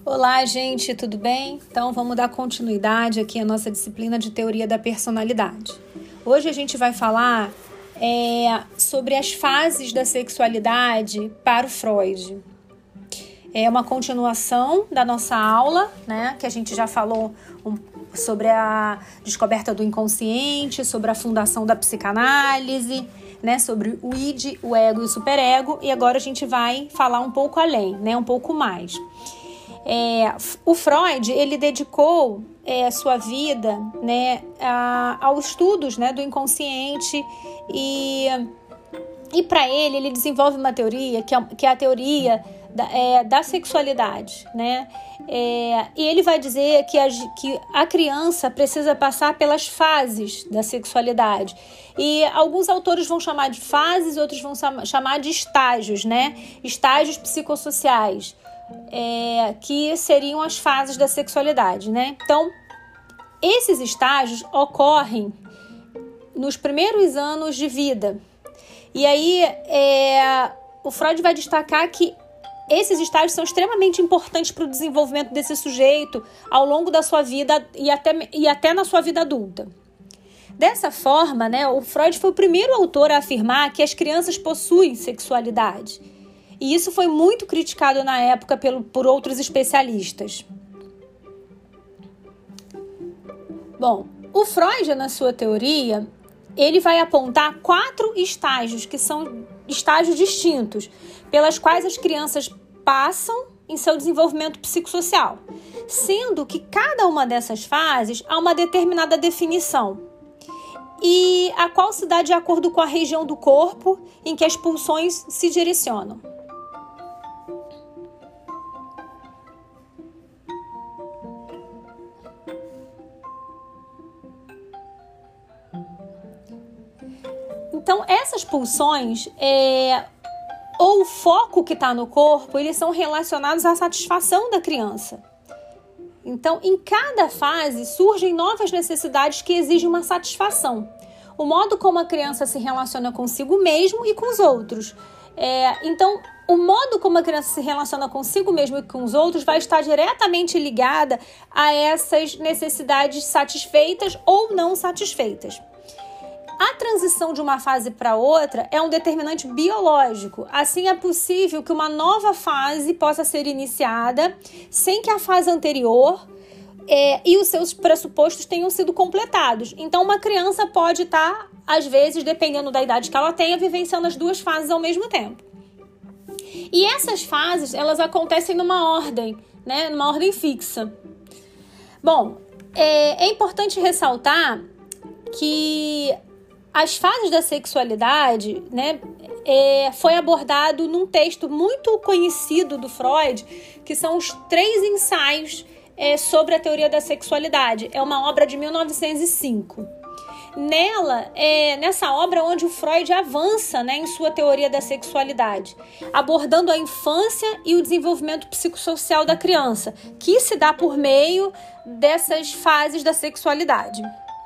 Olá, gente, tudo bem? Então, vamos dar continuidade aqui à nossa disciplina de teoria da personalidade. Hoje a gente vai falar sobre as fases da sexualidade para o Freud. É uma continuação da nossa aula, né, que a gente já falou sobre a descoberta do inconsciente, sobre a fundação da psicanálise, né, sobre o id, o ego e o superego, e agora a gente vai falar um pouco além, né, um pouco mais. O Freud, ele dedicou sua vida, né, aos estudos, né, do inconsciente e para ele desenvolve uma teoria que é a teoria da sexualidade, né? E ele vai dizer que a criança precisa passar pelas fases da sexualidade. E alguns autores vão chamar de fases, outros vão chamar de estágios, né? Estágios psicossociais. Que seriam as fases da sexualidade, né? Então, esses estágios ocorrem nos primeiros anos de vida. E aí, o Freud vai destacar que esses estágios são extremamente importantes para o desenvolvimento desse sujeito ao longo da sua vida e até na sua vida adulta. Dessa forma, né, o Freud foi o primeiro autor a afirmar que as crianças possuem sexualidade. E isso foi muito criticado na época por outros especialistas. Bom, o Freud, na sua teoria, ele vai apontar 4 estágios, que são estágios distintos, pelas quais as crianças passam em seu desenvolvimento psicossocial, sendo que cada uma dessas fases há uma determinada definição, e a qual se dá de acordo com a região do corpo em que as pulsões se direcionam. Então, essas pulsões, ou o foco que está no corpo, eles são relacionados à satisfação da criança. Então, em cada fase, surgem novas necessidades que exigem uma satisfação. O modo como a criança se relaciona consigo mesmo e com os outros. Então, o modo como a criança se relaciona consigo mesmo e com os outros vai estar diretamente ligada a essas necessidades satisfeitas ou não satisfeitas. A transição de uma fase para outra é um determinante biológico. Assim, é possível que uma nova fase possa ser iniciada sem que a fase anterior e os seus pressupostos tenham sido completados. Então, uma criança pode estar, às vezes, dependendo da idade que ela tenha, vivenciando as 2 fases ao mesmo tempo. E essas fases, elas acontecem numa ordem, né? Numa ordem fixa. Bom, é importante ressaltar que as fases da sexualidade, né, foi abordado num texto muito conhecido do Freud, que são os 3 ensaios sobre a teoria da sexualidade. É uma obra de 1905. Nessa obra onde o Freud avança, né, em sua teoria da sexualidade, abordando a infância e o desenvolvimento psicossocial da criança, que se dá por meio dessas fases da sexualidade.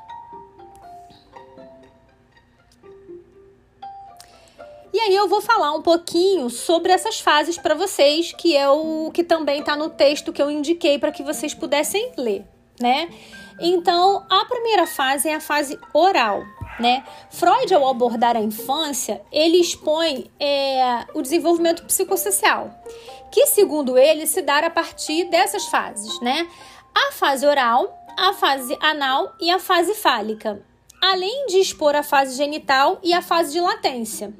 E aí eu vou falar um pouquinho sobre essas fases para vocês, que é o que também está no texto que eu indiquei para que vocês pudessem ler, né? Então, a primeira fase é a fase oral, né? Freud, ao abordar a infância, ele expõe o desenvolvimento psicossocial, que, segundo ele, se dá a partir dessas fases, né? A fase oral, a fase anal e a fase fálica, além de expor a fase genital e a fase de latência.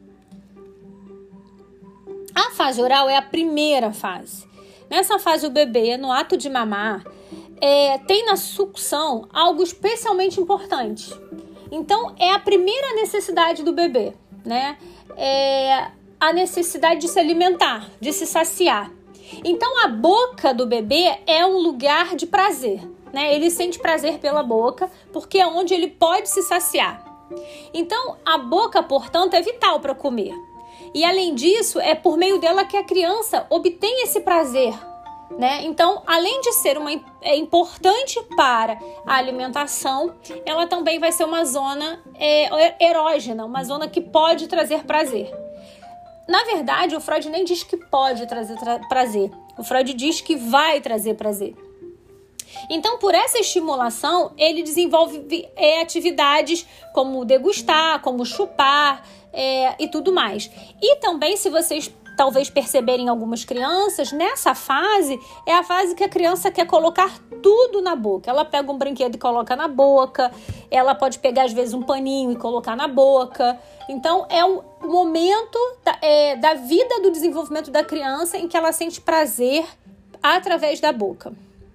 A fase oral é a primeira fase. Nessa fase, o bebê, no ato de mamar, tem na sucção algo especialmente importante. Então, é a primeira necessidade do bebê, né? A necessidade de se alimentar, de se saciar. Então, a boca do bebê é um lugar de prazer, né? Ele sente prazer pela boca, porque é onde ele pode se saciar. Então, a boca, portanto, é vital para comer. E, além disso, é por meio dela que a criança obtém esse prazer, né? Então, além de ser importante para a alimentação, ela também vai ser uma zona erógena, uma zona que pode trazer prazer. Na verdade, o Freud nem diz que pode trazer prazer. O Freud diz que vai trazer prazer. Então, por essa estimulação, ele desenvolve atividades como degustar, como chupar e tudo mais. E também, se vocês talvez perceberem algumas crianças, nessa fase é a fase que a criança quer colocar tudo na boca. Ela pega um brinquedo e coloca na boca, ela pode pegar às vezes um paninho e colocar na boca. Então é o momento da vida do desenvolvimento da criança em que ela sente prazer através da boca.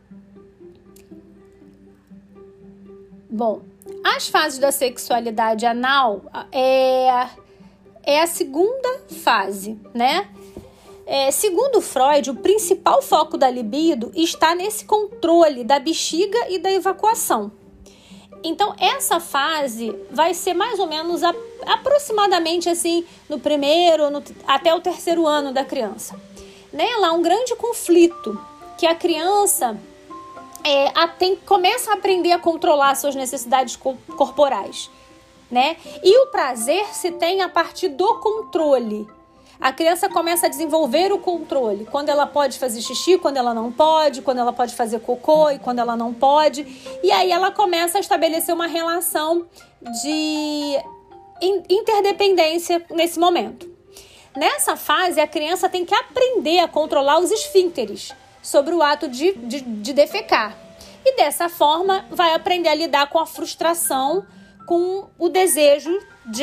Bom, as fases da sexualidade anal é a segunda fase, né? Segundo Freud, o principal foco da libido está nesse controle da bexiga e da evacuação. Então, essa fase vai ser mais ou menos aproximadamente assim no primeiro até o terceiro ano da criança. Nela há um grande conflito que a criança começa a aprender a controlar suas necessidades corporais, né? E o prazer se tem a partir do controle. A criança começa a desenvolver o controle. Quando ela pode fazer xixi, quando ela não pode, quando ela pode fazer cocô e quando ela não pode. E aí ela começa a estabelecer uma relação de interdependência nesse momento. Nessa fase, a criança tem que aprender a controlar os esfíncteres sobre o ato de defecar. E dessa forma, vai aprender a lidar com a frustração, com o desejo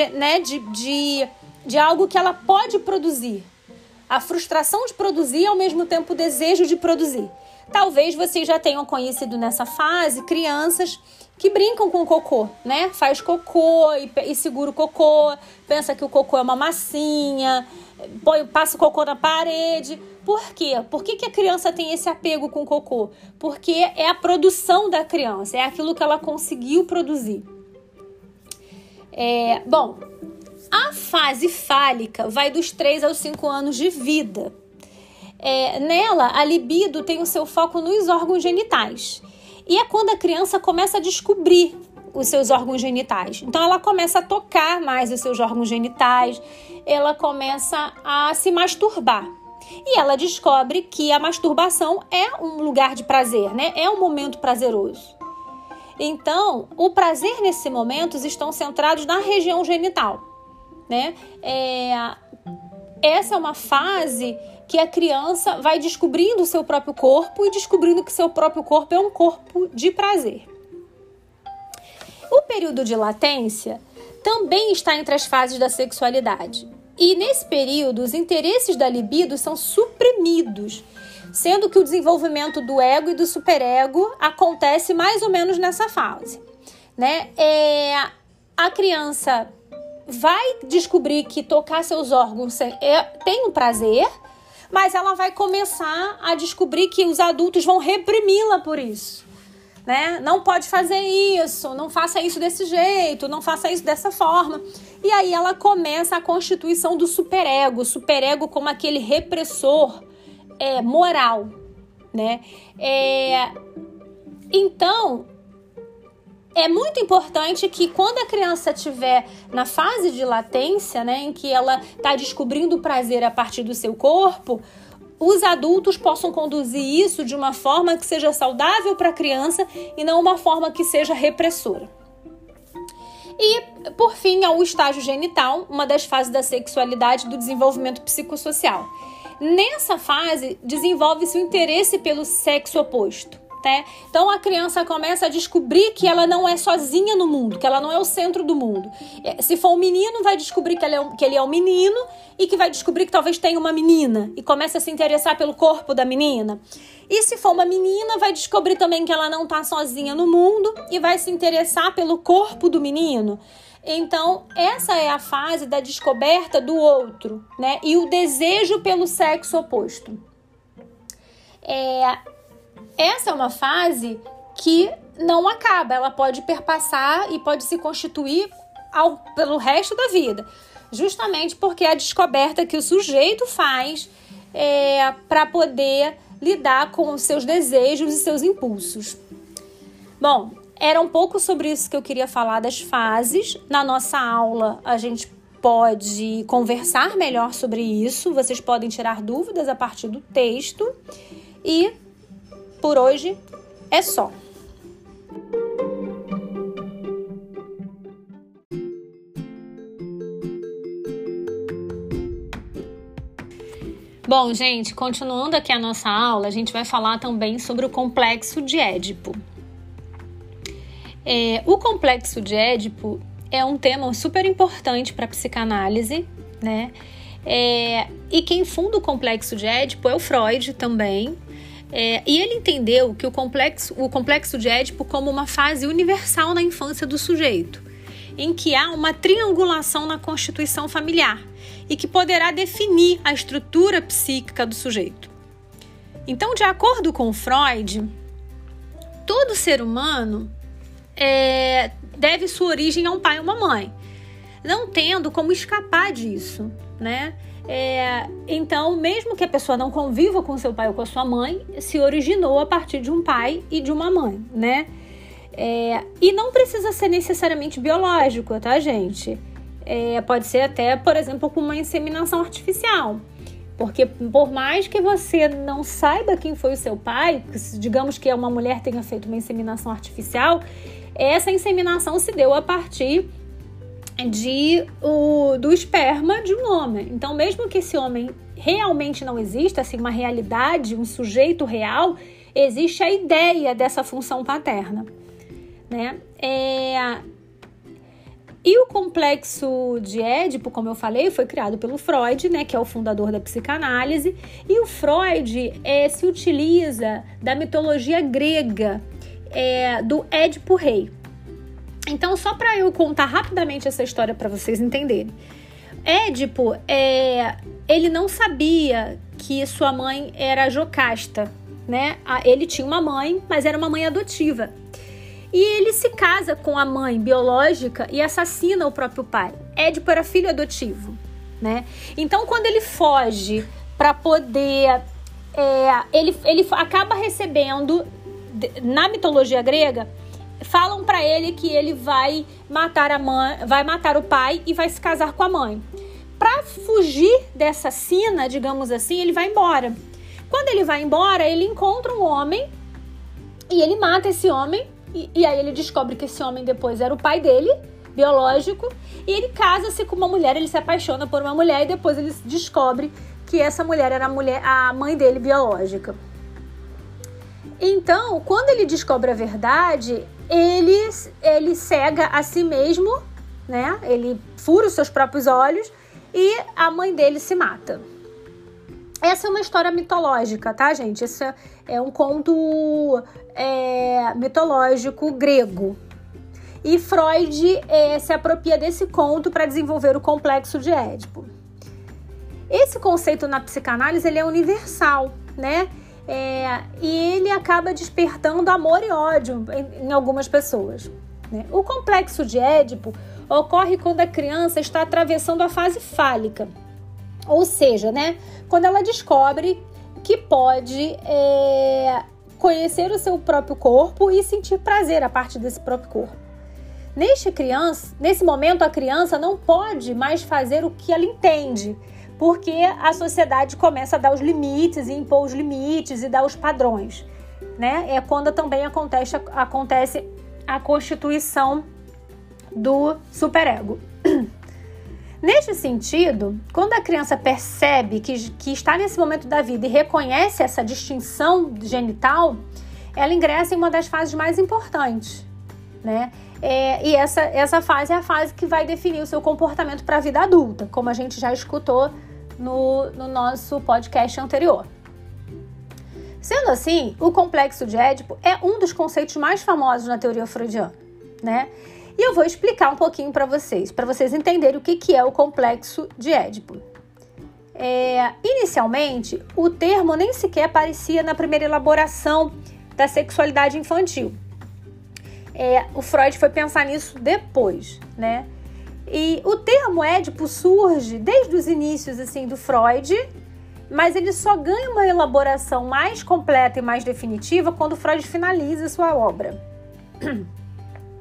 de algo que ela pode produzir. A frustração de produzir e, ao mesmo tempo, o desejo de produzir. Talvez vocês já tenham conhecido nessa fase crianças que brincam com o cocô, né? Faz cocô e segura o cocô, pensa que o cocô é uma massinha, passa o cocô na parede. Por quê? Por que a criança tem esse apego com o cocô? Porque é a produção da criança, é aquilo que ela conseguiu produzir. Bom, a fase fálica vai dos 3 aos 5 anos de vida. Nela, a libido tem o seu foco nos órgãos genitais. E é quando a criança começa a descobrir os seus órgãos genitais. Então, ela começa a tocar mais os seus órgãos genitais, ela começa a se masturbar. E ela descobre que a masturbação é um lugar de prazer, né? É um momento prazeroso. Então, o prazer nesses momentos estão centrados na região genital, né? Essa é uma fase que a criança vai descobrindo o seu próprio corpo e descobrindo que seu próprio corpo é um corpo de prazer. O período de latência também está entre as fases da sexualidade. E nesse período, os interesses da libido são suprimidos, sendo que o desenvolvimento do ego e do superego acontece mais ou menos nessa fase, né? A criança vai descobrir que tocar seus órgãos tem um prazer, mas ela vai começar a descobrir que os adultos vão reprimi-la por isso, né? Não pode fazer isso, não faça isso desse jeito, não faça isso dessa forma. E aí ela começa a constituição do superego como aquele repressor moral, né? Então, é muito importante que quando a criança estiver na fase de latência, né, em que ela está descobrindo o prazer a partir do seu corpo, os adultos possam conduzir isso de uma forma que seja saudável para a criança e não uma forma que seja repressora. E, por fim, ao estágio genital, uma das fases da sexualidade do desenvolvimento psicossocial. Nessa fase, desenvolve-se o interesse pelo sexo oposto. Então a criança começa a descobrir que ela não é sozinha no mundo, que ela não é o centro do mundo. Se for um menino, vai descobrir que ele é um menino e que vai descobrir que talvez tenha uma menina e começa a se interessar pelo corpo da menina. E se for uma menina, vai descobrir também que ela não está sozinha no mundo e vai se interessar pelo corpo do menino. Então, essa é a fase da descoberta do outro, né? E o desejo pelo sexo oposto. Essa é uma fase que não acaba, ela pode perpassar e pode se constituir pelo resto da vida, justamente porque é a descoberta que o sujeito faz para poder lidar com os seus desejos e seus impulsos. Bom, era um pouco sobre isso que eu queria falar das fases. Na nossa aula, a gente pode conversar melhor sobre isso, vocês podem tirar dúvidas a partir do texto e por hoje é só. Bom, gente, continuando aqui a nossa aula, a gente vai falar também sobre o complexo de Édipo. O complexo de Édipo é um tema super importante para a psicanálise, né? E quem funda o complexo de Édipo é o Freud também. E ele entendeu que o complexo de Édipo como uma fase universal na infância do sujeito, em que há uma triangulação na constituição familiar e que poderá definir a estrutura psíquica do sujeito. Então, de acordo com Freud, todo ser humano deve sua origem a um pai e uma mãe, não tendo como escapar disso, né? Então, mesmo que a pessoa não conviva com seu pai ou com a sua mãe, se originou a partir de um pai e de uma mãe, né? E não precisa ser necessariamente biológico, tá, gente? Pode ser até, por exemplo, com uma inseminação artificial. Porque por mais que você não saiba quem foi o seu pai, digamos que uma mulher tenha feito uma inseminação artificial, essa inseminação se deu a partir do esperma de um homem. Então, mesmo que esse homem realmente não exista, assim, uma realidade, um sujeito real, existe a ideia dessa função paterna, né? E o complexo de Édipo, como eu falei, foi criado pelo Freud, né, que é o fundador da psicanálise. E o Freud se utiliza da mitologia grega, do Édipo Rei. Então, só para eu contar rapidamente essa história para vocês entenderem. Édipo, ele não sabia que sua mãe era Jocasta, né? Ele tinha uma mãe, mas era uma mãe adotiva. E ele se casa com a mãe biológica e assassina o próprio pai. Édipo era filho adotivo, né? Então, quando ele foge para poder... ele acaba recebendo, na mitologia grega, falam para ele que ele vai matar a mãe, vai matar o pai e vai se casar com a mãe. Para fugir dessa sina, digamos assim, ele vai embora. Quando ele vai embora, ele encontra um homem e ele mata esse homem. E aí ele descobre que esse homem depois era o pai dele, biológico, e ele casa-se com uma mulher, ele se apaixona por uma mulher e depois ele descobre que essa mulher era a mãe dele biológica. Então, quando ele descobre a verdade, ele cega a si mesmo, né? Ele fura os seus próprios olhos e a mãe dele se mata. Essa é uma história mitológica, tá, gente? Esse é um conto mitológico grego. E Freud se apropria desse conto para desenvolver o complexo de Édipo. Esse conceito na psicanálise ele é universal, né? E ele acaba despertando amor e ódio em algumas pessoas, né? O complexo de Édipo ocorre quando a criança está atravessando a fase fálica. Ou seja, né, quando ela descobre que pode conhecer o seu próprio corpo e sentir prazer a partir desse próprio corpo. Nesse momento, a criança não pode mais fazer o que ela entende, porque a sociedade começa a dar os limites e impor os limites e dar os padrões, né? É quando também acontece a constituição do superego. Neste sentido, quando a criança percebe que está nesse momento da vida e reconhece essa distinção genital, ela ingressa em uma das fases mais importantes, né? E essa fase é a fase que vai definir o seu comportamento para a vida adulta, como a gente já escutou no nosso podcast anterior. Sendo assim, o complexo de Édipo é um dos conceitos mais famosos na teoria freudiana, né? E eu vou explicar um pouquinho para vocês entenderem o que é o complexo de Édipo. Inicialmente, o termo nem sequer aparecia na primeira elaboração da sexualidade infantil. O Freud foi pensar nisso depois, né? E o termo Édipo surge desde os inícios assim, do Freud, mas ele só ganha uma elaboração mais completa e mais definitiva quando Freud finaliza sua obra.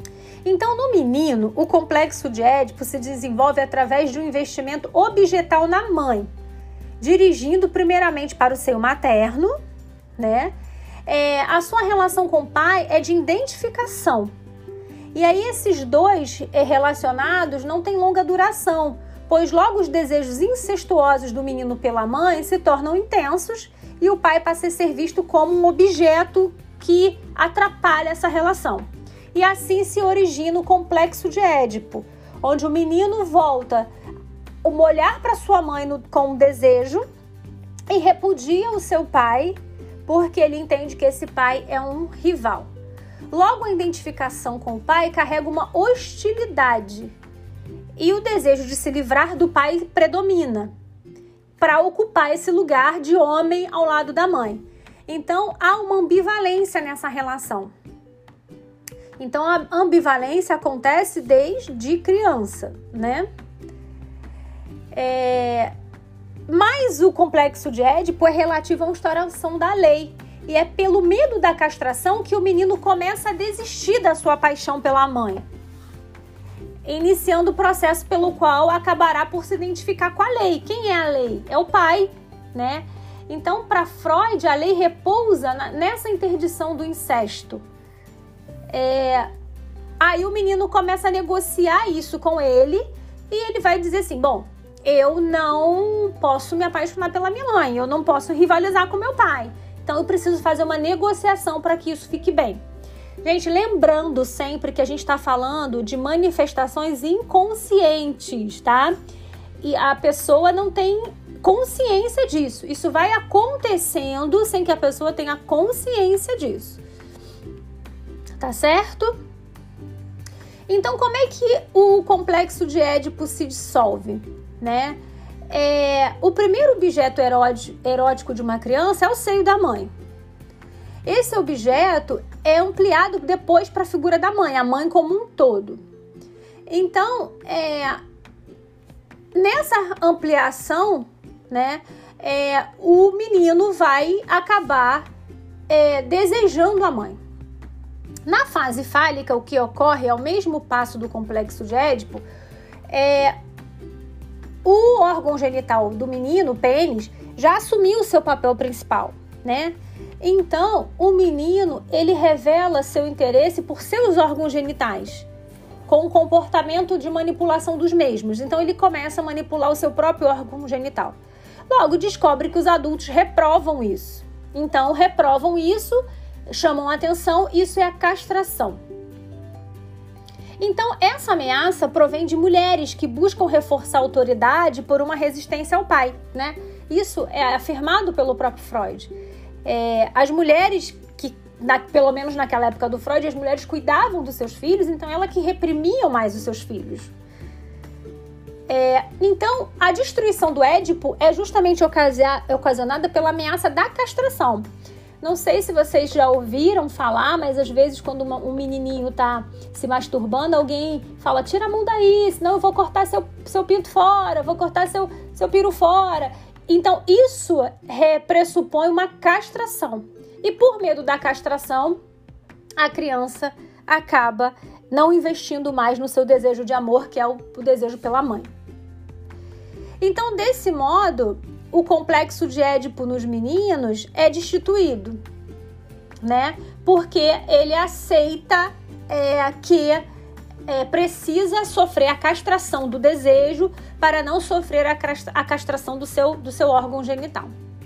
Então, no menino, o complexo de Édipo se desenvolve através de um investimento objetal na mãe, dirigindo primeiramente para o seio materno, né? A sua relação com o pai é de identificação. E aí esses dois relacionados não têm longa duração, pois logo os desejos incestuosos do menino pela mãe se tornam intensos e o pai passa a ser visto como um objeto que atrapalha essa relação. E assim se origina o complexo de Édipo, onde o menino volta a olhar para sua mãe com desejo e repudia o seu pai, porque ele entende que esse pai é um rival. Logo, a identificação com o pai carrega uma hostilidade e o desejo de se livrar do pai predomina para ocupar esse lugar de homem ao lado da mãe. Então, há uma ambivalência nessa relação. Então, a ambivalência acontece desde criança, né? Mas o complexo de Édipo é relativo à instauração da lei. E é pelo medo da castração que o menino começa a desistir da sua paixão pela mãe, iniciando o processo pelo qual acabará por se identificar com a lei. Quem é a lei? É o pai, né? Então, para Freud, a lei repousa nessa interdição do incesto. Aí o menino começa a negociar isso com ele e ele vai dizer assim, bom, eu não posso me apaixonar pela minha mãe, eu não posso rivalizar com meu pai. Então, eu preciso fazer uma negociação para que isso fique bem. Gente, lembrando sempre que a gente está falando de manifestações inconscientes, tá? E a pessoa não tem consciência disso. Isso vai acontecendo sem que a pessoa tenha consciência disso. Tá certo? Então, como é que o complexo de Édipo se dissolve, né? O primeiro objeto erótico de uma criança é o seio da mãe. Esse objeto é ampliado depois para a figura da mãe, a mãe como um todo. Então, nessa ampliação, né, o menino vai acabar desejando a mãe. Na fase fálica, o que ocorre ao mesmo passo do complexo de Édipo o órgão genital do menino, o pênis, já assumiu o seu papel principal, né? Então, o menino, ele revela seu interesse por seus órgãos genitais, com o comportamento de manipulação dos mesmos. Então, ele começa a manipular o seu próprio órgão genital. Logo, descobre que os adultos reprovam isso. Então, reprovam isso, chamam a atenção, isso é a castração. Então, essa ameaça provém de mulheres que buscam reforçar a autoridade por uma resistência ao pai, né? Isso é afirmado pelo próprio Freud. As mulheres, pelo menos naquela época do Freud, as mulheres cuidavam dos seus filhos, então elas que reprimiam mais os seus filhos. Então, a destruição do Édipo é justamente ocasionada pela ameaça da castração. Não sei se vocês já ouviram falar, mas às vezes quando um menininho tá se masturbando, alguém fala, tira a mão daí, senão eu vou cortar seu pinto fora, vou cortar seu piro fora. Então, isso pressupõe uma castração. E por medo da castração, a criança acaba não investindo mais no seu desejo de amor, que é o desejo pela mãe. Então, desse modo, o complexo de Édipo nos meninos é destituído, né? Porque ele aceita que precisa sofrer a castração do desejo para não sofrer a castração do seu órgão genital.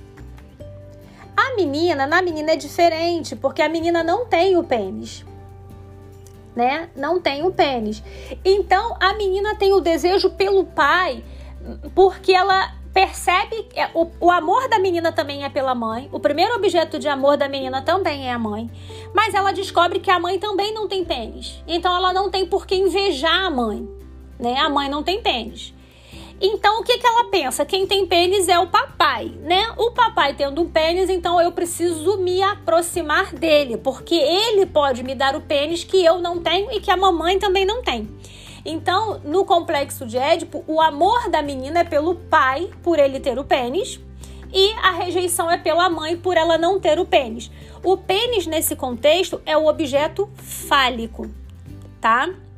Na menina é diferente, porque a menina não tem o pênis, né? Não tem o pênis. Então, a menina tem o desejo pelo pai, porque ela percebe que o amor da menina também é pela mãe. O primeiro objeto de amor da menina também é a mãe. Mas ela descobre que a mãe também não tem pênis. Então, ela não tem por que invejar a mãe, né? A mãe não tem pênis. Então, o que ela pensa? Quem tem pênis é o papai, né? O papai tendo um pênis, então eu preciso me aproximar dele, porque ele pode me dar o pênis que eu não tenho e que a mamãe também não tem. Então, no complexo de Édipo, o amor da menina é pelo pai, por ele ter o pênis, e a rejeição é pela mãe, por ela não ter o pênis. O pênis, nesse contexto, é o objeto fálico, tá?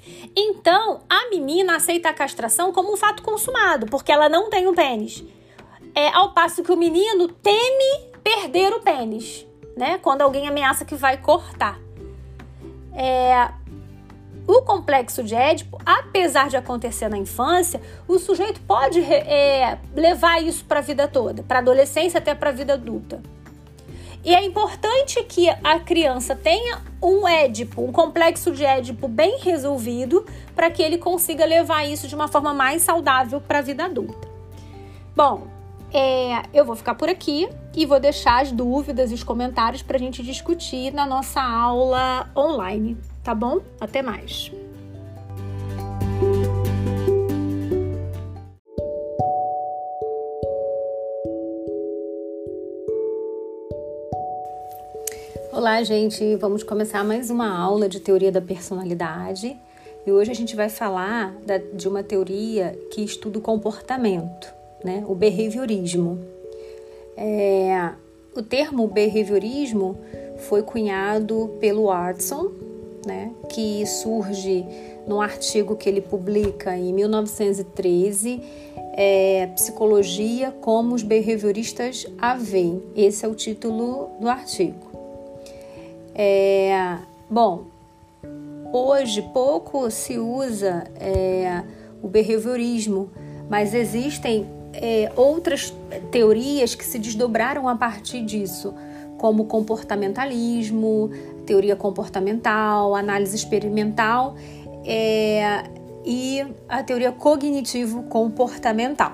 Então, a menina aceita a castração como um fato consumado, porque ela não tem um pênis. Ao passo que o menino teme perder o pênis, né? Quando alguém ameaça que vai cortar. O complexo de Édipo, apesar de acontecer na infância, o sujeito pode levar isso para a vida toda, para a adolescência até para a vida adulta. E é importante que a criança tenha um Édipo, um complexo de Édipo bem resolvido, para que ele consiga levar isso de uma forma mais saudável para a vida adulta. Bom, eu vou ficar por aqui e vou deixar as dúvidas e os comentários para a gente discutir na nossa aula online, tá bom? Até mais! Olá, gente! Vamos começar mais uma aula de teoria da personalidade e hoje a gente vai falar de uma teoria que estuda o comportamento, né? O behaviorismo. O termo behaviorismo foi cunhado pelo Watson, né? Que surge num artigo que ele publica em 1913, Psicologia como os behavioristas a veem. Esse é o título do artigo. Hoje pouco se usa o behaviorismo, mas existem outras teorias que se desdobraram a partir disso, como comportamentalismo, teoria comportamental, análise experimental e a teoria cognitivo-comportamental.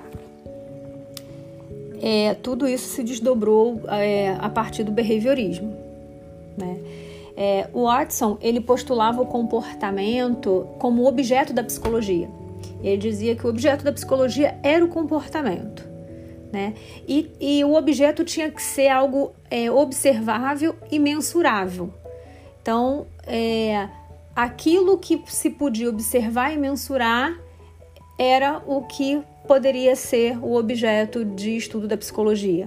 Tudo isso se desdobrou a partir do behaviorismo, né? O Watson, ele postulava o comportamento como objeto da psicologia. Ele dizia que o objeto da psicologia era o comportamento, né? E o objeto tinha que ser algo observável e mensurável. Então, aquilo que se podia observar e mensurar era o que poderia ser o objeto de estudo da psicologia.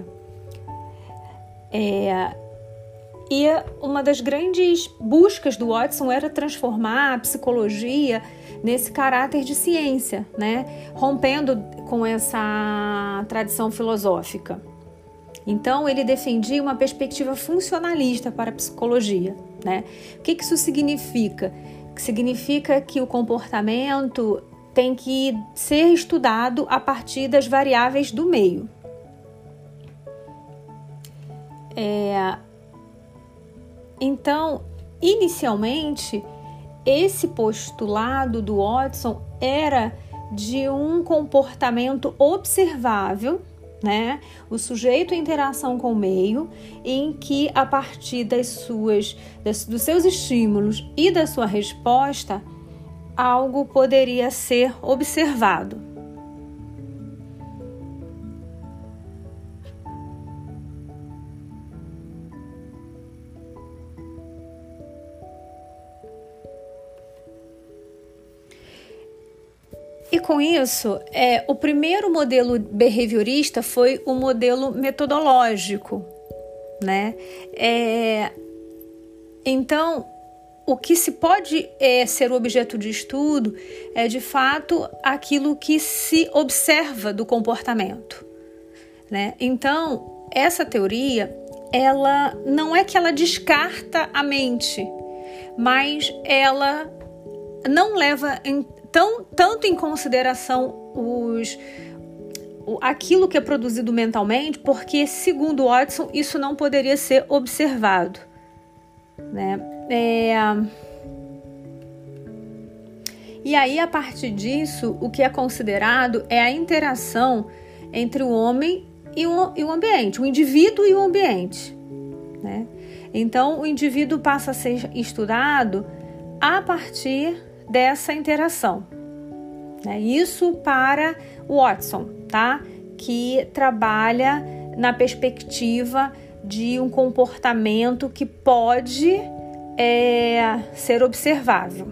E uma das grandes buscas do Watson era transformar a psicologia nesse caráter de ciência, né? Rompendo com essa tradição filosófica. Então, ele defendia uma perspectiva funcionalista para a psicologia, né? O que isso significa? Significa que o comportamento tem que ser estudado a partir das variáveis do meio. Então, inicialmente, esse postulado do Watson era de um comportamento observável, né? O sujeito em interação com o meio, em que a partir dos seus estímulos e da sua resposta, algo poderia ser observado. E com isso, o primeiro modelo behaviorista foi o modelo metodológico, né? Então, o que se pode ser objeto de estudo é, de fato, aquilo que se observa do comportamento, né? Então, essa teoria, ela não é que ela descarta a mente, mas ela não leva tanto em consideração aquilo que é produzido mentalmente, porque, segundo Watson, isso não poderia ser observado, né? E aí, a partir disso, o que é considerado é a interação entre o homem e o ambiente, o indivíduo e o ambiente, né? Então, o indivíduo passa a ser estudado a partir dessa interação, né? Isso para Watson, tá? Que trabalha na perspectiva de um comportamento que pode ser observável.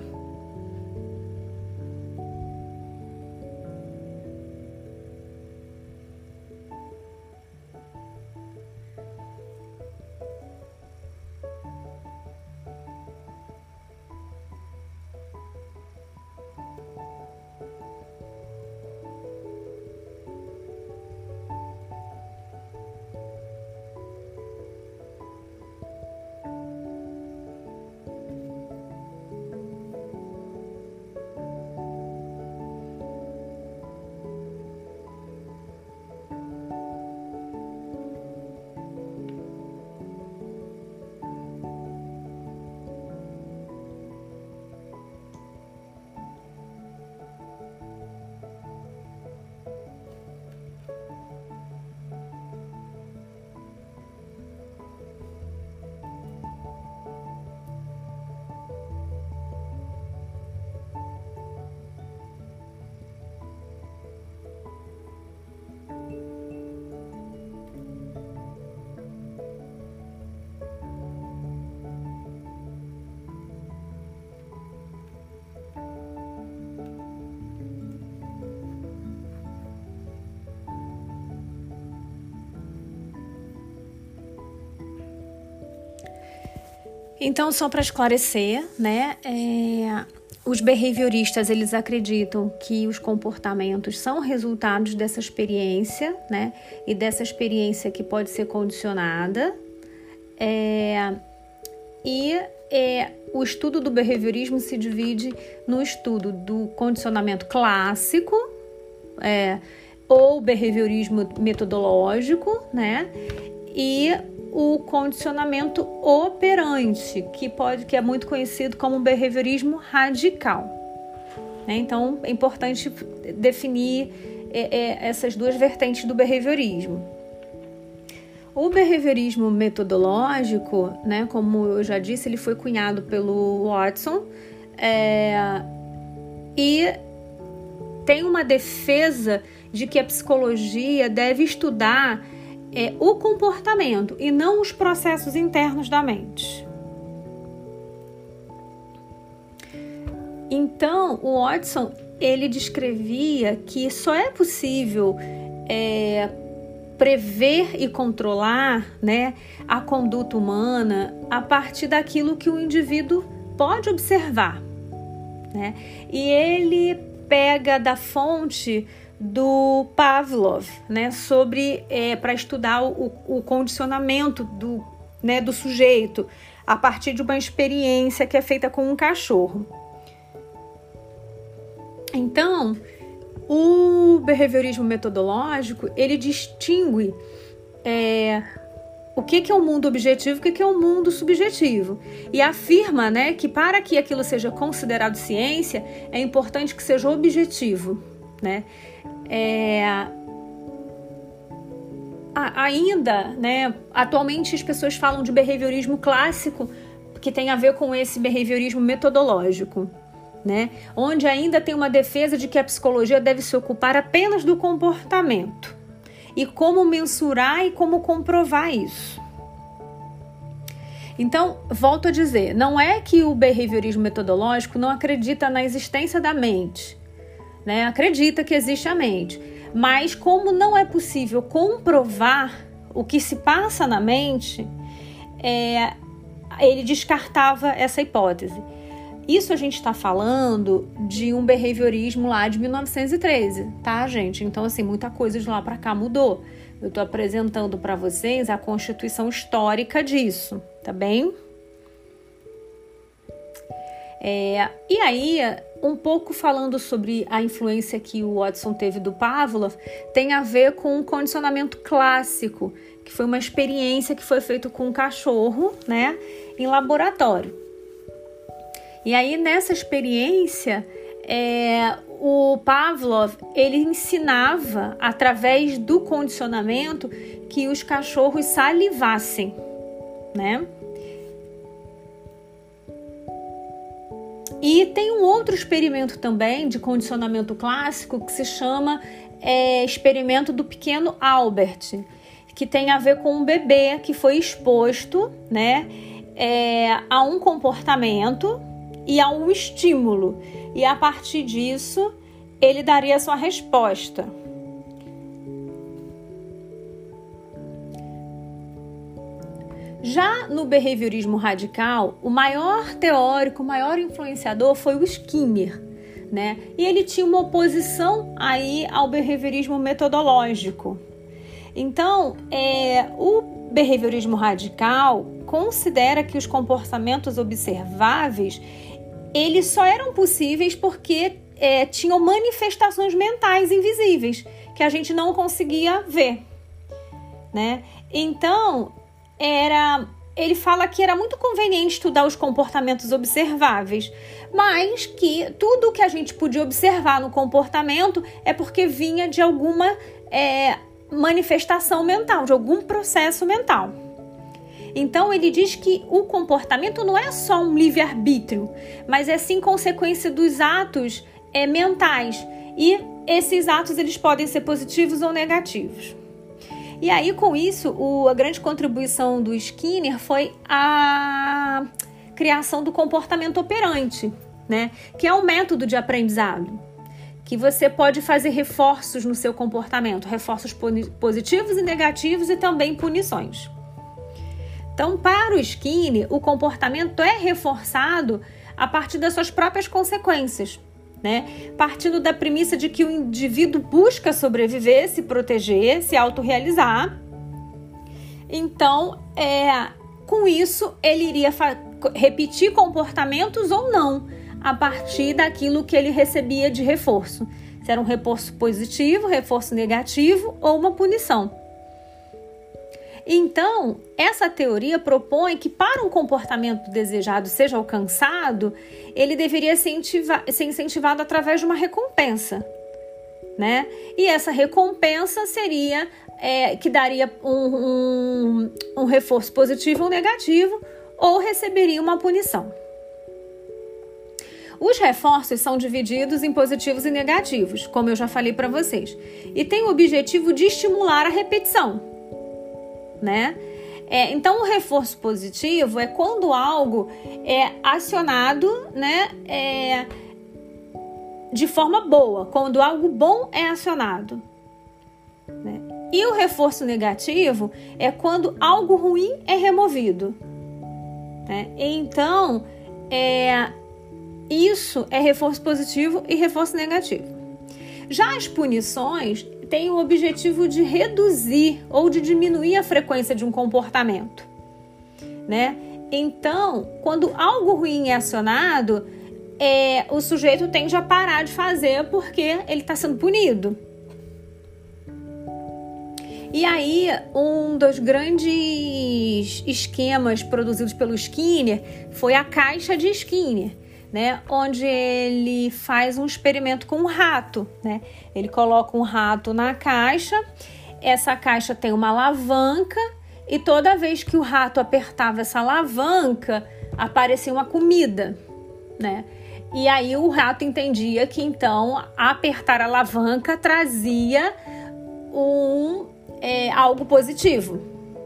Então, só para esclarecer, né, os behavioristas, eles acreditam que os comportamentos são resultados dessa experiência, né, e dessa experiência que pode ser condicionada, o estudo do behaviorismo se divide no estudo do condicionamento clássico, ou behaviorismo metodológico, né, e o condicionamento operante, que é muito conhecido como behaviorismo radical, né? Então, é importante definir essas duas vertentes do behaviorismo. O behaviorismo metodológico, né, como eu já disse, ele foi cunhado pelo Watson, e tem uma defesa de que a psicologia deve estudar o comportamento e não os processos internos da mente. Então, o Watson, ele descrevia que só é possível prever e controlar, né, a conduta humana a partir daquilo que o indivíduo pode observar, né? E ele pega da fonte do Pavlov, né, para estudar o condicionamento do sujeito a partir de uma experiência que é feita com um cachorro. Então, o behaviorismo metodológico, ele distingue o que é o mundo objetivo e o que é o mundo subjetivo. E afirma, né, que para que aquilo seja considerado ciência, é importante que seja objetivo, né? Ainda, né, atualmente as pessoas falam de behaviorismo clássico, que tem a ver com esse behaviorismo metodológico, né, onde ainda tem uma defesa de que a psicologia deve se ocupar apenas do comportamento e como mensurar e como comprovar isso. Então, volto a dizer, não é que o behaviorismo metodológico não acredita na existência da mente, né? Acredita que existe a mente, mas como não é possível comprovar o que se passa na mente, ele descartava essa hipótese. Isso a gente está falando de um behaviorismo lá de 1913, tá, gente? Então, assim, muita coisa de lá para cá mudou. Eu estou apresentando para vocês a constituição histórica disso, tá bem? E aí, um pouco falando sobre a influência que o Watson teve do Pavlov, tem a ver com o condicionamento clássico, que foi uma experiência que foi feita com um cachorro, né, em laboratório. E aí, nessa experiência, o Pavlov, ele ensinava, através do condicionamento, que os cachorros salivassem, né? E tem um outro experimento também de condicionamento clássico que se chama experimento do pequeno Albert, que tem a ver com um bebê que foi exposto, né, a um comportamento e a um estímulo. E a partir disso, ele daria a sua resposta. Já no behaviorismo radical, o maior teórico, o maior influenciador foi o Skinner, né? E ele tinha uma oposição aí ao behaviorismo metodológico. Então, o behaviorismo radical considera que os comportamentos observáveis, eles só eram possíveis porque tinham manifestações mentais invisíveis, que a gente não conseguia ver, né? Então, ele fala que era muito conveniente estudar os comportamentos observáveis, mas que tudo que a gente podia observar no comportamento é porque vinha de alguma manifestação mental, de algum processo mental. Então, ele diz que o comportamento não é só um livre-arbítrio, mas é sim consequência dos atos mentais. E esses atos, eles podem ser positivos ou negativos. E aí, com isso, a grande contribuição do Skinner foi a criação do comportamento operante, né? Que é um método de aprendizado, que você pode fazer reforços no seu comportamento, reforços positivos e negativos e também punições. Então, para o Skinner, o comportamento é reforçado a partir das suas próprias consequências, né? Partindo da premissa de que o indivíduo busca sobreviver, se proteger, se autorrealizar. Então, com isso, ele iria repetir comportamentos ou não, a partir daquilo que ele recebia de reforço. Se era um reforço positivo, reforço negativo ou uma punição. Então, essa teoria propõe que para um comportamento desejado seja alcançado, ele deveria ser incentivado através de uma recompensa, né? E essa recompensa seria que daria um reforço positivo ou negativo, ou receberia uma punição. Os reforços são divididos em positivos e negativos, como eu já falei para vocês, e tem o objetivo de estimular a repetição, né? Então, o reforço positivo é quando algo é acionado, né, de forma boa, quando algo bom é acionado, né? E o reforço negativo é quando algo ruim é removido, né? Então, isso é reforço positivo e reforço negativo. Já as punições têm o objetivo de reduzir ou de diminuir a frequência de um comportamento, né? Então, quando algo ruim é acionado, o sujeito tende a parar de fazer porque ele está sendo punido. E aí, um dos grandes esquemas produzidos pelo Skinner foi a caixa de Skinner, né? Onde ele faz um experimento com um rato, né? Ele coloca um rato na caixa, essa caixa tem uma alavanca e toda vez que o rato apertava essa alavanca, aparecia uma comida, né? E aí o rato entendia que então apertar a alavanca trazia algo positivo.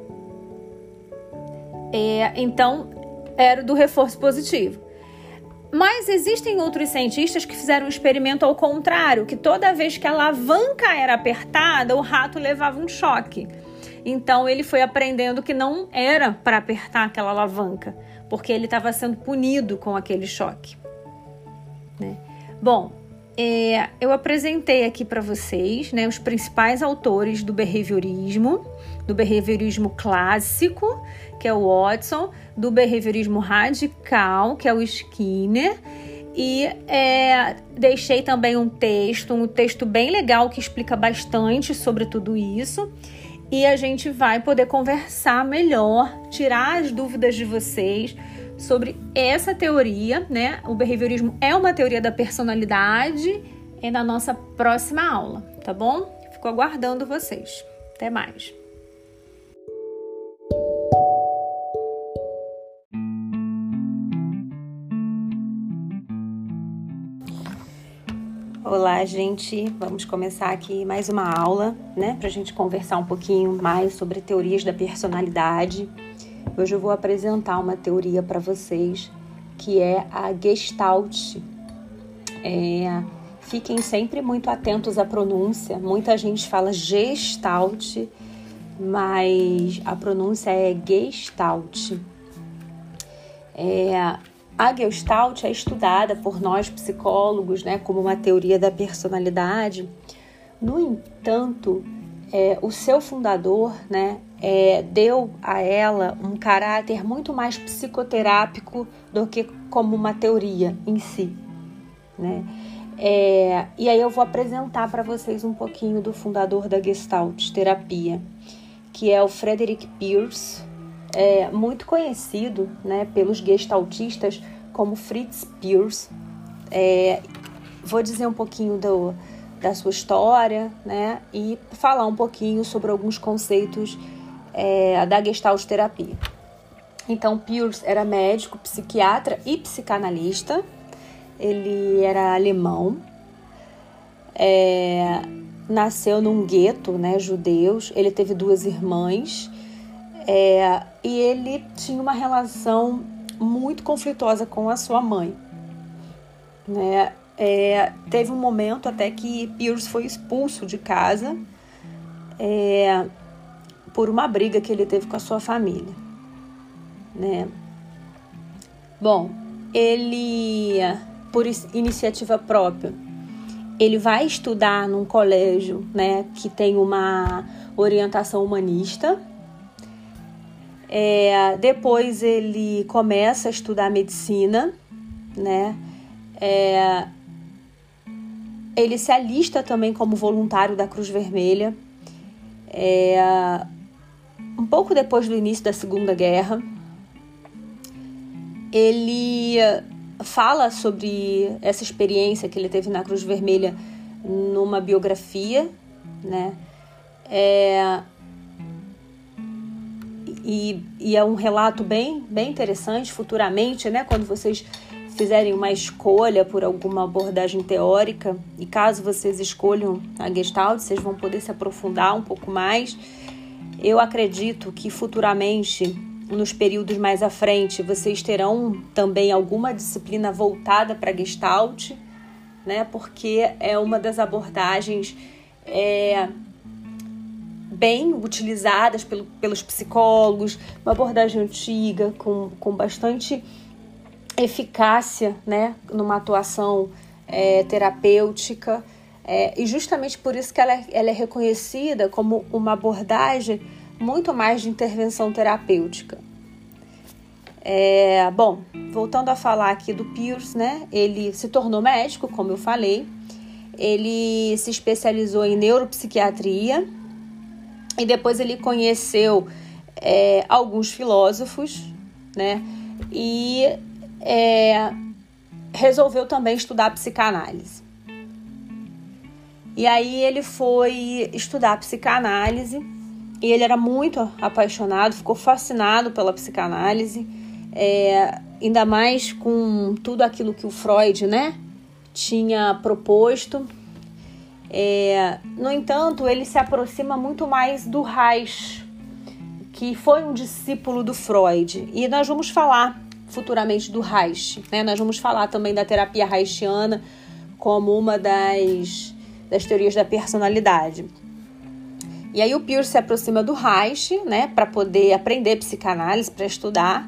Então era do reforço positivo. Mas existem outros cientistas que fizeram um experimento ao contrário, que toda vez que a alavanca era apertada, o rato levava um choque. Então ele foi aprendendo que não era para apertar aquela alavanca, porque ele estava sendo punido com aquele choque, né? Bom, eu apresentei aqui para vocês, né, os principais autores do behaviorismo clássico, que é o Watson, do behaviorismo radical, que é o Skinner, e deixei também um texto bem legal que explica bastante sobre tudo isso, e a gente vai poder conversar melhor, tirar as dúvidas de vocês sobre essa teoria, né? O behaviorismo é uma teoria da personalidade, na nossa próxima aula, tá bom? Fico aguardando vocês. Até mais. Olá, gente. Vamos começar aqui mais uma aula, né? Pra gente conversar um pouquinho mais sobre teorias da personalidade. Hoje eu vou apresentar uma teoria para vocês, que é a Gestalt. Fiquem sempre muito atentos à pronúncia. Muita gente fala Gestalt, mas a pronúncia é Gestalt. A Gestalt é estudada por nós psicólogos, né, como uma teoria da personalidade. No entanto, o seu fundador, né, deu a ela um caráter muito mais psicoterápico do que como uma teoria em si, né? E aí eu vou apresentar para vocês um pouquinho do fundador da Gestalt terapia, que é o Frederick Perls, muito conhecido, né, pelos gestaltistas como Fritz Perls. Vou dizer um pouquinho da sua história, né, e falar um pouquinho sobre alguns conceitos da Gestalt terapia. Então, Perls era médico, psiquiatra e psicanalista. Ele era alemão, nasceu num gueto, né, judeus. Ele teve 2 irmãs, e ele tinha uma relação muito conflituosa com a sua mãe, né? Teve um momento até que Perls foi expulso de casa por uma briga que ele teve com a sua família. né? Bom, ele, por iniciativa própria, ele vai estudar num colégio, né, que tem uma orientação humanista. Depois ele começa a estudar medicina, né? Ele se alista também como voluntário da Cruz Vermelha, um pouco depois do início da Segunda Guerra. Ele fala sobre essa experiência que ele teve na Cruz Vermelha numa biografia, né? E é um relato bem interessante futuramente, né? Quando vocês fizerem uma escolha por alguma abordagem teórica, e caso vocês escolham a Gestalt, vocês vão poder se aprofundar um pouco mais. Eu acredito que futuramente, nos períodos mais à frente, vocês terão também alguma disciplina voltada para Gestalt, né? Porque é uma das abordagens bem utilizadas pelos psicólogos, uma abordagem antiga, com bastante eficácia, né? Numa atuação terapêutica, e justamente por isso que ela é reconhecida como uma abordagem muito mais de intervenção terapêutica. Bom, voltando a falar aqui do Peirce, né? Ele se tornou médico, como eu falei. Ele se especializou em neuropsiquiatria e depois ele conheceu alguns filósofos, né? E resolveu também estudar psicanálise. E aí ele foi estudar psicanálise e ele era muito apaixonado, ficou fascinado pela psicanálise, ainda mais com tudo aquilo que o Freud, né, tinha proposto. No entanto, ele se aproxima muito mais do Reich, que foi um discípulo do Freud. E nós vamos falar futuramente do Reich, né? Nós vamos falar também da terapia reichiana como uma das teorias da personalidade. E aí o Peirce se aproxima do Reich, né, para poder aprender psicanálise, para estudar.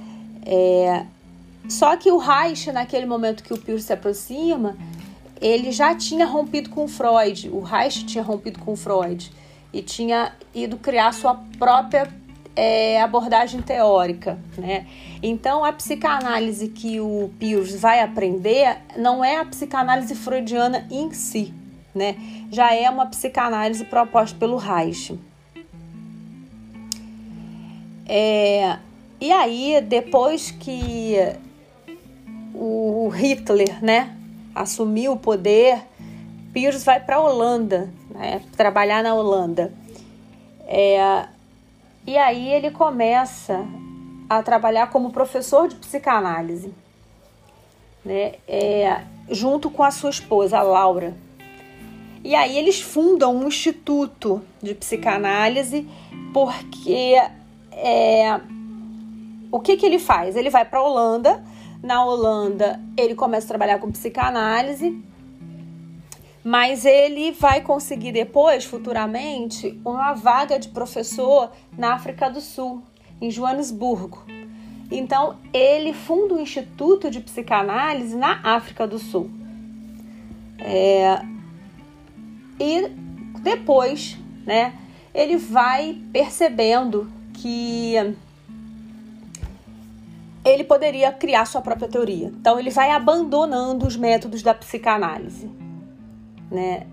Só que o Reich, naquele momento que o Peirce se aproxima, ele já tinha rompido com o Freud. O Reich tinha rompido com o Freud e tinha ido criar sua própria abordagem teórica, né? Então, a psicanálise que o Peirce vai aprender não é a psicanálise freudiana em si, né? Já é uma psicanálise proposta pelo Reich. E aí, depois que o Hitler, né, assumiu o poder, Peirce vai para a Holanda, né, trabalhar na Holanda. E aí ele começa a trabalhar como professor de psicanálise, né, junto com a sua esposa, a Laura. E aí eles fundam um instituto de psicanálise, porque o que ele faz? Ele vai para a Holanda. Na Holanda ele começa a trabalhar com psicanálise, mas ele vai conseguir depois, futuramente, uma vaga de professor na África do Sul, em Joanesburgo. Então, ele funda um instituto de psicanálise na África do Sul. E depois, né, ele vai percebendo que ele poderia criar sua própria teoria. Então, ele vai abandonando os métodos da psicanálise, né?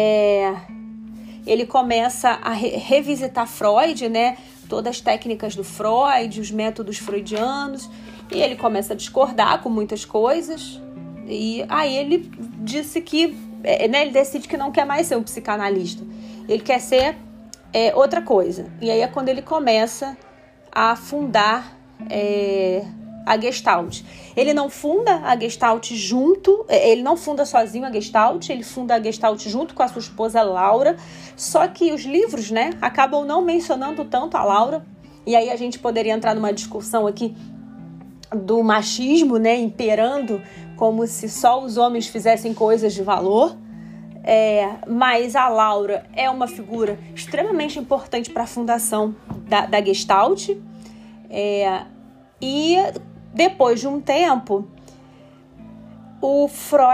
Ele começa a revisitar Freud, né? Todas as técnicas do Freud, os métodos freudianos, e ele começa a discordar com muitas coisas. E aí ele disse que, né, ele decide que não quer mais ser um psicanalista. Ele quer ser outra coisa. E aí é quando ele começa a fundar a Gestalt. Ele não funda a Gestalt ele não funda sozinho a Gestalt, ele funda a Gestalt junto com a sua esposa Laura, só que os livros, né, acabam não mencionando tanto a Laura, e aí a gente poderia entrar numa discussão aqui do machismo, né, imperando, como se só os homens fizessem coisas de valor, mas a Laura é uma figura extremamente importante para a fundação da Gestalt. E depois de um tempo, o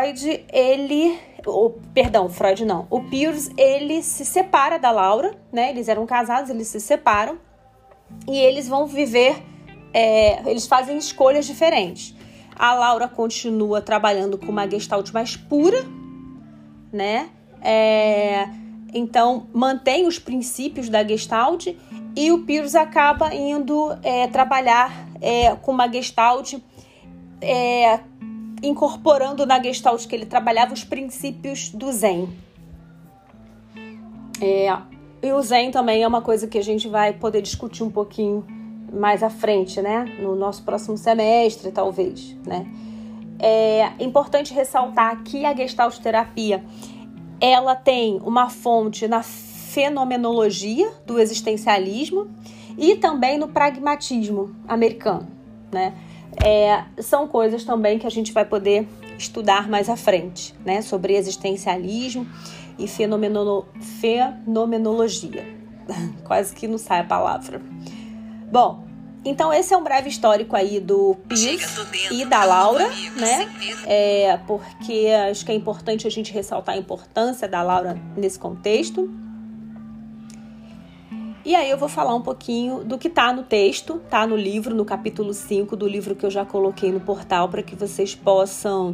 Piers, ele se separa da Laura, né? Eles eram casados, eles se separam e eles vão viver, eles fazem escolhas diferentes. A Laura continua trabalhando com uma Gestalt mais pura, né? Então, mantém os princípios da Gestalt, e o Piers acaba indo trabalhar com uma Gestalt, incorporando na Gestalt que ele trabalhava os princípios do Zen. E o Zen também é uma coisa que a gente vai poder discutir um pouquinho mais à frente, né? No nosso próximo semestre, talvez, né? É importante ressaltar que a Gestalt terapia, ela tem uma fonte na fenomenologia do existencialismo e também no pragmatismo americano, né? São coisas também que a gente vai poder estudar mais à frente, né? Sobre existencialismo e fenomenologia. Quase que não sai a palavra. Bom, então esse é um breve histórico aí do Piers e da Laura, né? Porque acho que é importante a gente ressaltar a importância da Laura nesse contexto. E aí eu vou falar um pouquinho do que tá no texto, tá no livro, no capítulo 5 do livro que eu já coloquei no portal para que vocês possam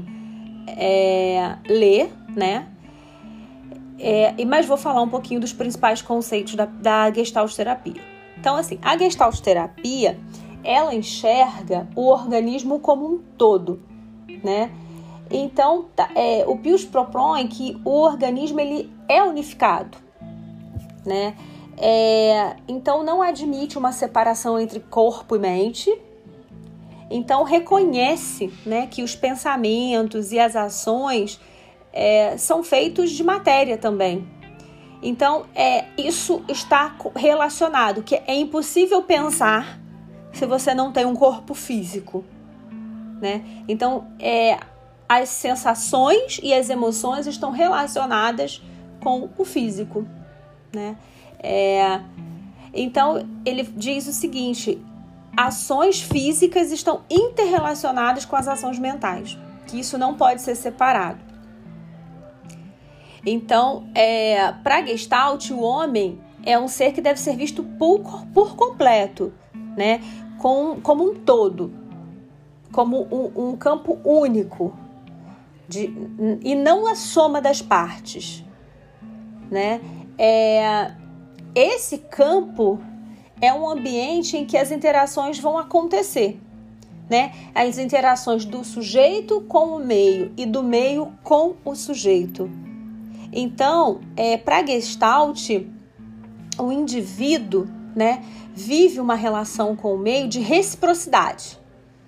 ler, né? Mas vou falar um pouquinho dos principais conceitos da Gestalt terapia. Então, assim, a Gestalt terapia, ela enxerga o organismo como um todo, né? Então, o Piers propõe que o organismo ele é unificado, né? Então, não admite uma separação entre corpo e mente. Então, reconhece, né, que os pensamentos e as ações são feitos de matéria também. Então, isso está relacionado, que é impossível pensar se você não tem um corpo físico, né? Então, as sensações e as emoções estão relacionadas com o físico, né? Então, ele diz o seguinte: ações físicas estão interrelacionadas com as ações mentais, que isso não pode ser separado. Então, para Gestalt, o homem é um ser que deve ser visto por completo, né? Como um todo, como um campo único, e não a soma das partes, né? Esse campo é um ambiente em que as interações vão acontecer, né? As interações do sujeito com o meio e do meio com o sujeito. Então, para Gestalt, o indivíduo, né, vive uma relação com o meio de reciprocidade.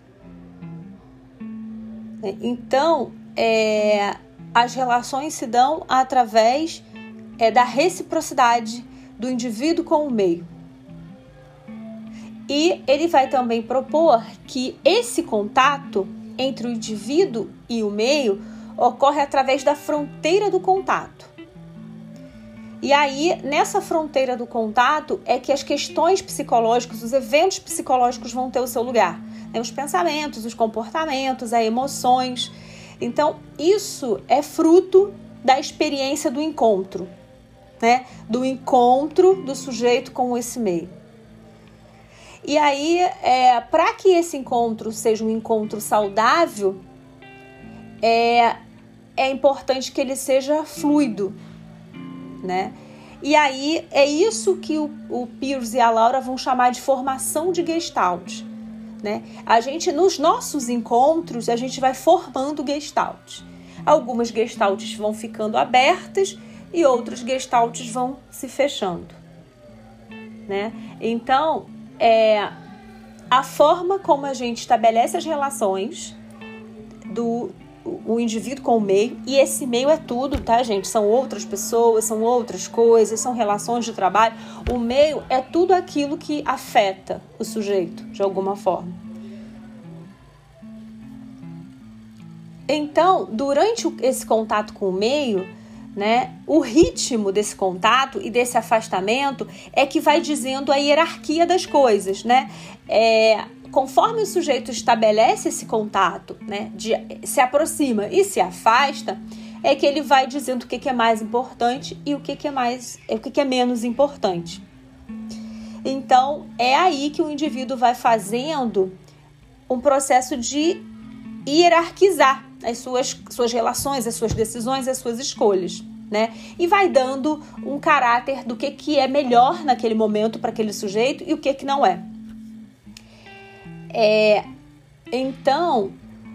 Então, as relações se dão através da reciprocidade do indivíduo com o meio. E ele vai também propor que esse contato entre o indivíduo e o meio ocorre através da fronteira do contato. E aí, nessa fronteira do contato, é que as questões psicológicas, os eventos psicológicos vão ter o seu lugar, né? Os pensamentos, os comportamentos, as emoções. Então, isso é fruto da experiência do encontro, né? Do encontro do sujeito com esse meio. E aí, para que esse encontro seja um encontro saudável, é importante que ele seja fluido, né? E aí é isso que o Piers e a Laura vão chamar de formação de Gestalt, né? Nos nossos encontros, a gente vai formando Gestalt. Algumas Gestalts vão ficando abertas e outras Gestalts vão se fechando, né? Então, a forma como a gente estabelece as relações o indivíduo com o meio, e esse meio é tudo, tá, gente? São outras pessoas, são outras coisas, são relações de trabalho. O meio é tudo aquilo que afeta o sujeito, de alguma forma. Então, durante esse contato com o meio, né, o ritmo desse contato e desse afastamento é que vai dizendo a hierarquia das coisas, né? conforme o sujeito estabelece esse contato, né, se aproxima e se afasta, é que ele vai dizendo o que é mais importante e o que é menos importante. Então, é aí que o indivíduo vai fazendo um processo de hierarquizar as suas relações, as suas decisões, as suas escolhas, né? E vai dando um caráter do que é melhor naquele momento para aquele sujeito e o que não é. Então,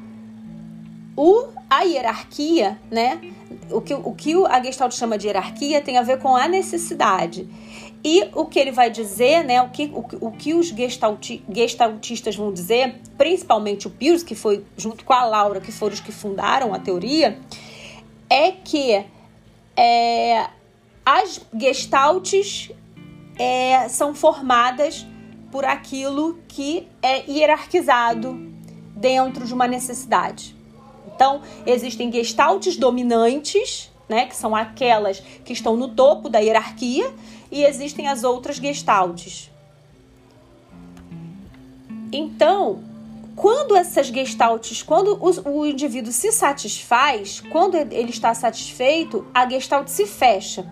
a hierarquia, né? O que a Gestalt chama de hierarquia tem a ver com a necessidade. E o que ele vai dizer, né? O que os gestaltistas vão dizer, principalmente o Peirce, que foi junto com a Laura, que foram os que fundaram a teoria, é que as gestaltes são formadas por aquilo que é hierarquizado dentro de uma necessidade. Então, existem gestaltes dominantes, né, que são aquelas que estão no topo da hierarquia, e existem as outras gestaltes. Então, quando essas gestaltes, quando o indivíduo se satisfaz, quando ele está satisfeito, a gestalt se fecha.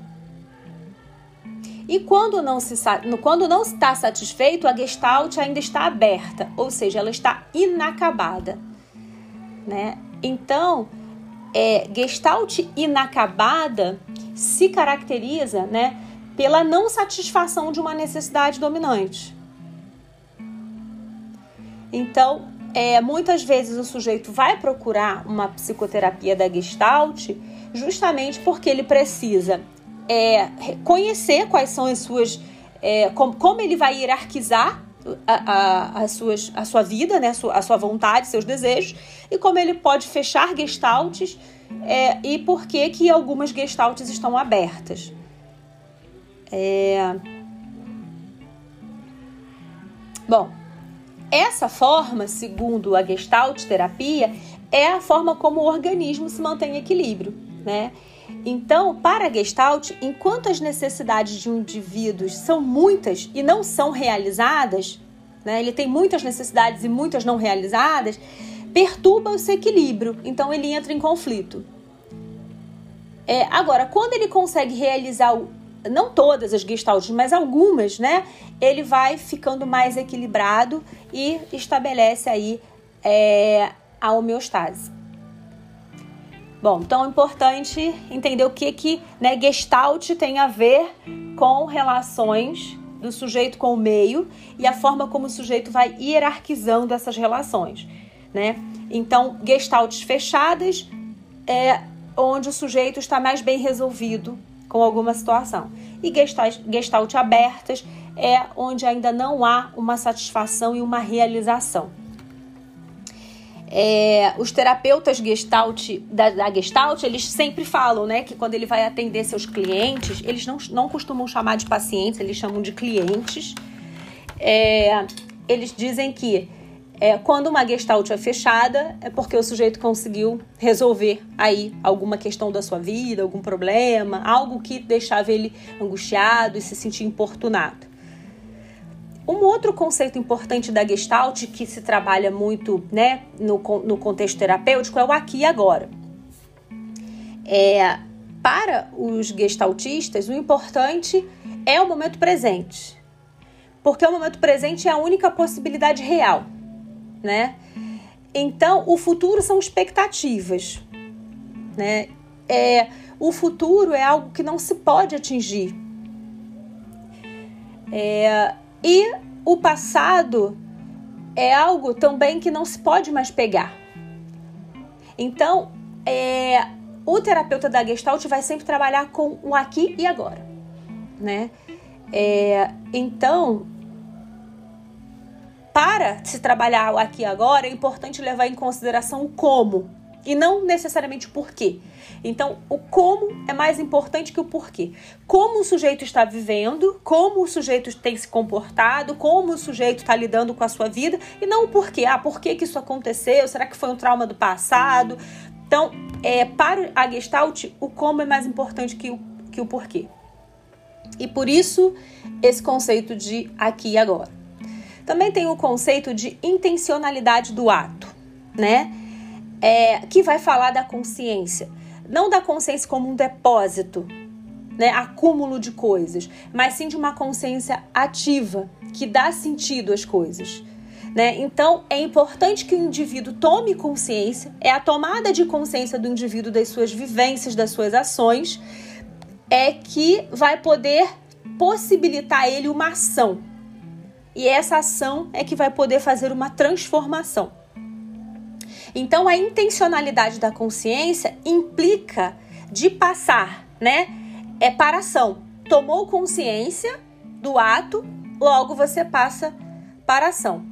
E quando não está satisfeito, a gestalt ainda está aberta, ou seja, ela está inacabada, né? Então, gestalt inacabada se caracteriza, né, pela não satisfação de uma necessidade dominante. Então, muitas vezes o sujeito vai procurar uma psicoterapia da Gestalt justamente porque ele precisa conhecer quais são as suas... como ele vai hierarquizar a sua vida, né, a sua vontade, seus desejos, e como ele pode fechar gestaltes e por que algumas gestaltes estão abertas. Bom, essa forma, segundo a Gestalt terapia, é a forma como o organismo se mantém em equilíbrio, né? Então, para a Gestalt, enquanto as necessidades de um indivíduo são muitas e não são realizadas, né? Ele tem muitas necessidades e muitas não realizadas, perturba o seu equilíbrio, então ele entra em conflito. Agora, quando ele consegue realizar, não todas as gestaltes, mas algumas, né? Ele vai ficando mais equilibrado e estabelece aí a homeostase. Bom, então é importante entender o que né, Gestalt tem a ver com relações do sujeito com o meio e a forma como o sujeito vai hierarquizando essas relações, né? Então, gestaltes fechadas onde o sujeito está mais bem resolvido com alguma situação. E gestalt abertas onde ainda não há uma satisfação e uma realização. Os terapeutas da Gestalt, eles sempre falam, né, que quando ele vai atender seus clientes, eles não costumam chamar de pacientes, eles chamam de clientes. Eles dizem que quando uma Gestalt é fechada, é porque o sujeito conseguiu resolver aí alguma questão da sua vida, algum problema, algo que deixava ele angustiado e se sentir importunado. Um outro conceito importante da Gestalt, que se trabalha muito, né, no contexto terapêutico, é o aqui e agora. Para os gestaltistas, o importante é o momento presente, porque o momento presente é a única possibilidade real, né? Então, o futuro são expectativas, né? O futuro é algo que não se pode atingir. E o passado é algo também que não se pode mais pegar. Então, o terapeuta da Gestalt vai sempre trabalhar com o aqui e agora, né? Então, para se trabalhar o aqui e agora, é importante levar em consideração o como e não necessariamente o porquê. Então, o como é mais importante que o porquê. Como o sujeito está vivendo, como o sujeito tem se comportado, como o sujeito está lidando com a sua vida, e não o porquê. Por que isso aconteceu? Será que foi um trauma do passado? Então, para a Gestalt, o como é mais importante que o porquê. E por isso, esse conceito de aqui e agora. Também tem o conceito de intencionalidade do ato, né? Que vai falar da consciência. Não da consciência como um depósito, né? Acúmulo de coisas, mas sim de uma consciência ativa, que dá sentido às coisas. Né? Então, é importante que o indivíduo tome consciência, é a tomada de consciência do indivíduo das suas vivências, das suas ações, que vai poder possibilitar a ele uma ação. E essa ação é que vai poder fazer uma transformação. Então, a intencionalidade da consciência implica de passar, né, para a ação. Tomou consciência do ato, logo você passa para a ação.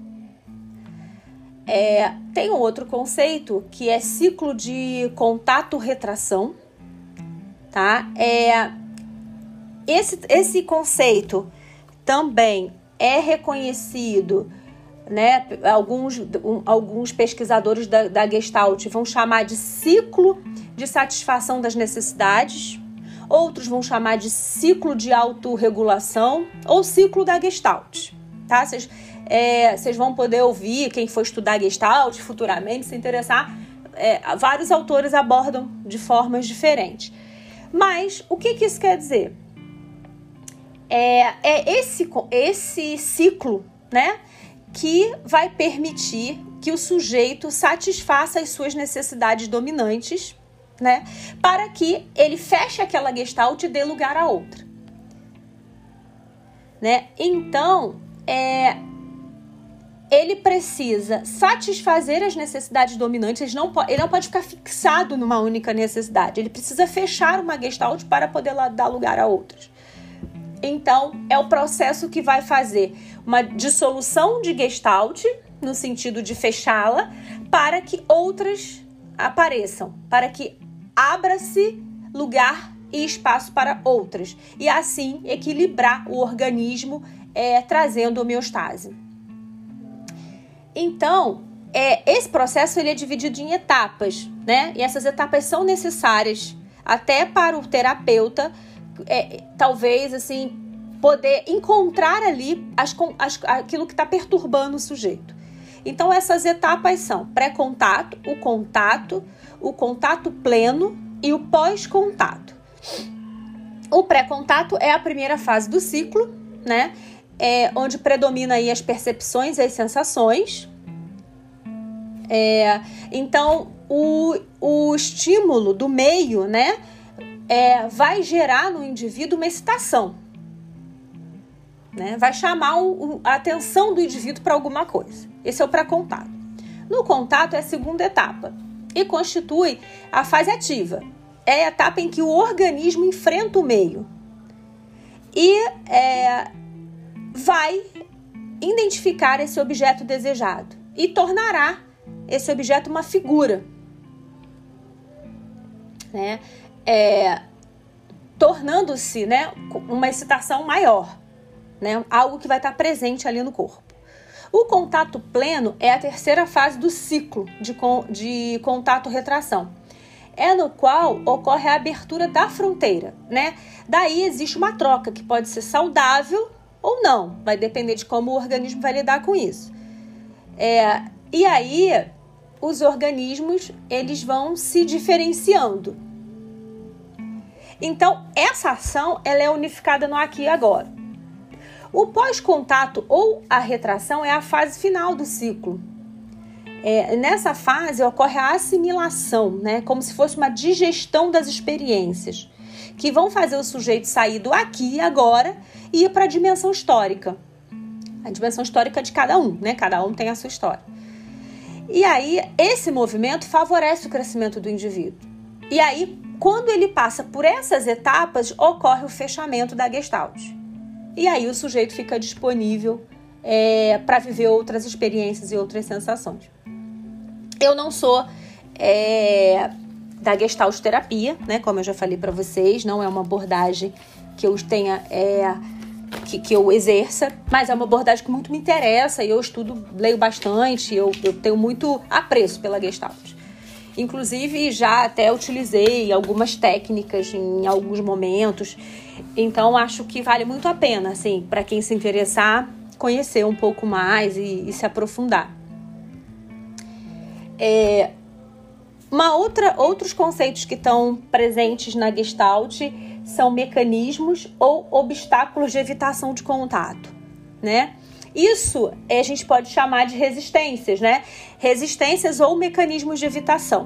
Tem um outro conceito que é ciclo de contato-retração, tá? Esse conceito também é reconhecido, né? Alguns pesquisadores da Gestalt vão chamar de ciclo de satisfação das necessidades, outros vão chamar de ciclo de autorregulação ou ciclo da Gestalt, tá? Vocês vão poder ouvir, quem for estudar Gestalt futuramente, se interessar, vários autores abordam de formas diferentes. Mas o que isso quer dizer? Esse ciclo, né, que vai permitir que o sujeito satisfaça as suas necessidades dominantes, né, para que ele feche aquela Gestalt e dê lugar a outra. Né? Então, ele precisa satisfazer as necessidades dominantes, ele não pode ficar fixado numa única necessidade, ele precisa fechar uma Gestalt para poder dar lugar a outras. Então, é o processo que vai fazer uma dissolução de Gestalt, no sentido de fechá-la, para que outras apareçam, para que abra-se lugar e espaço para outras, e assim equilibrar o organismo, trazendo homeostase. Então, esse processo ele é dividido em etapas, né? E essas etapas são necessárias até para o terapeuta, talvez, assim, poder encontrar ali aquilo que está perturbando o sujeito. Então, essas etapas são pré-contato, o contato pleno e o pós-contato. O pré-contato é a primeira fase do ciclo, né? Onde predomina aí as percepções e as sensações. Então, o estímulo do meio, né, vai gerar no indivíduo uma excitação, né? Vai chamar a atenção do indivíduo para alguma coisa. Esse é o pré-contato. No contato é a segunda etapa e constitui a fase ativa. É a etapa em que o organismo enfrenta o meio e vai identificar esse objeto desejado e tornará esse objeto uma figura, né? Tornando-se, né, uma excitação maior, né? Algo que vai estar presente ali no corpo. O contato pleno é a terceira fase do ciclo de contato-retração. No qual ocorre a abertura da fronteira, né? Daí existe uma troca que pode ser saudável ou não, vai depender de como o organismo vai lidar com isso. E aí, os organismos, eles vão se diferenciando. Então, essa ação, ela é unificada no aqui e agora. O pós-contato ou a retração é a fase final do ciclo. Nessa fase, ocorre a assimilação, né? Como se fosse uma digestão das experiências, que vão fazer o sujeito sair do aqui e agora e ir para a dimensão histórica. A dimensão histórica de cada um, né? Cada um tem a sua história. E aí, esse movimento favorece o crescimento do indivíduo. E aí, quando ele passa por essas etapas, ocorre o fechamento da Gestalt. E aí, o sujeito fica disponível para viver outras experiências e outras sensações. Eu não sou da Gestalt terapia, né? Como eu já falei para vocês, não é uma abordagem que eu tenha... que eu exerça, mas é uma abordagem que muito me interessa e eu estudo, leio bastante, eu tenho muito apreço pela Gestalt. Inclusive, já até utilizei algumas técnicas em alguns momentos, então acho que vale muito a pena, assim, para quem se interessar, conhecer um pouco mais e se aprofundar. Outros conceitos que estão presentes na Gestalt são mecanismos ou obstáculos de evitação de contato, né? Isso a gente pode chamar de resistências, né? Resistências ou mecanismos de evitação.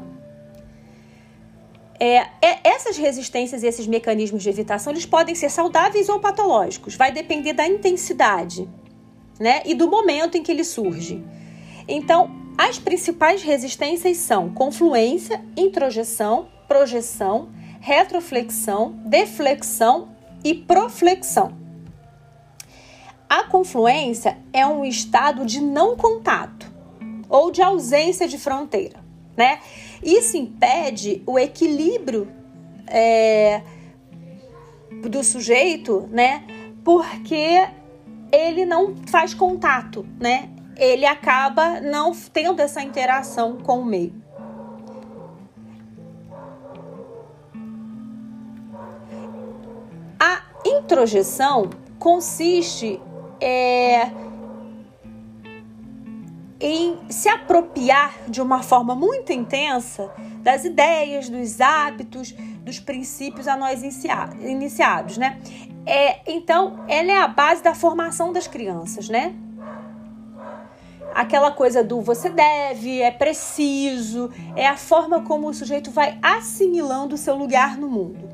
Essas resistências e esses mecanismos de evitação, eles podem ser saudáveis ou patológicos. Vai depender da intensidade, né? E do momento em que ele surge. Então, as principais resistências são confluência, introjeção, projeção, retroflexão, deflexão e proflexão. A confluência é um estado de não contato ou de ausência de fronteira, né? Isso impede o equilíbrio do sujeito, né? Porque ele não faz contato, né? Ele acaba não tendo essa interação com o meio. A introjeção consiste em se apropriar de uma forma muito intensa das ideias, dos hábitos, dos princípios a nós iniciados, né? Então, ela é a base da formação das crianças, né? Aquela coisa do você deve, é preciso, é a forma como o sujeito vai assimilando o seu lugar no mundo.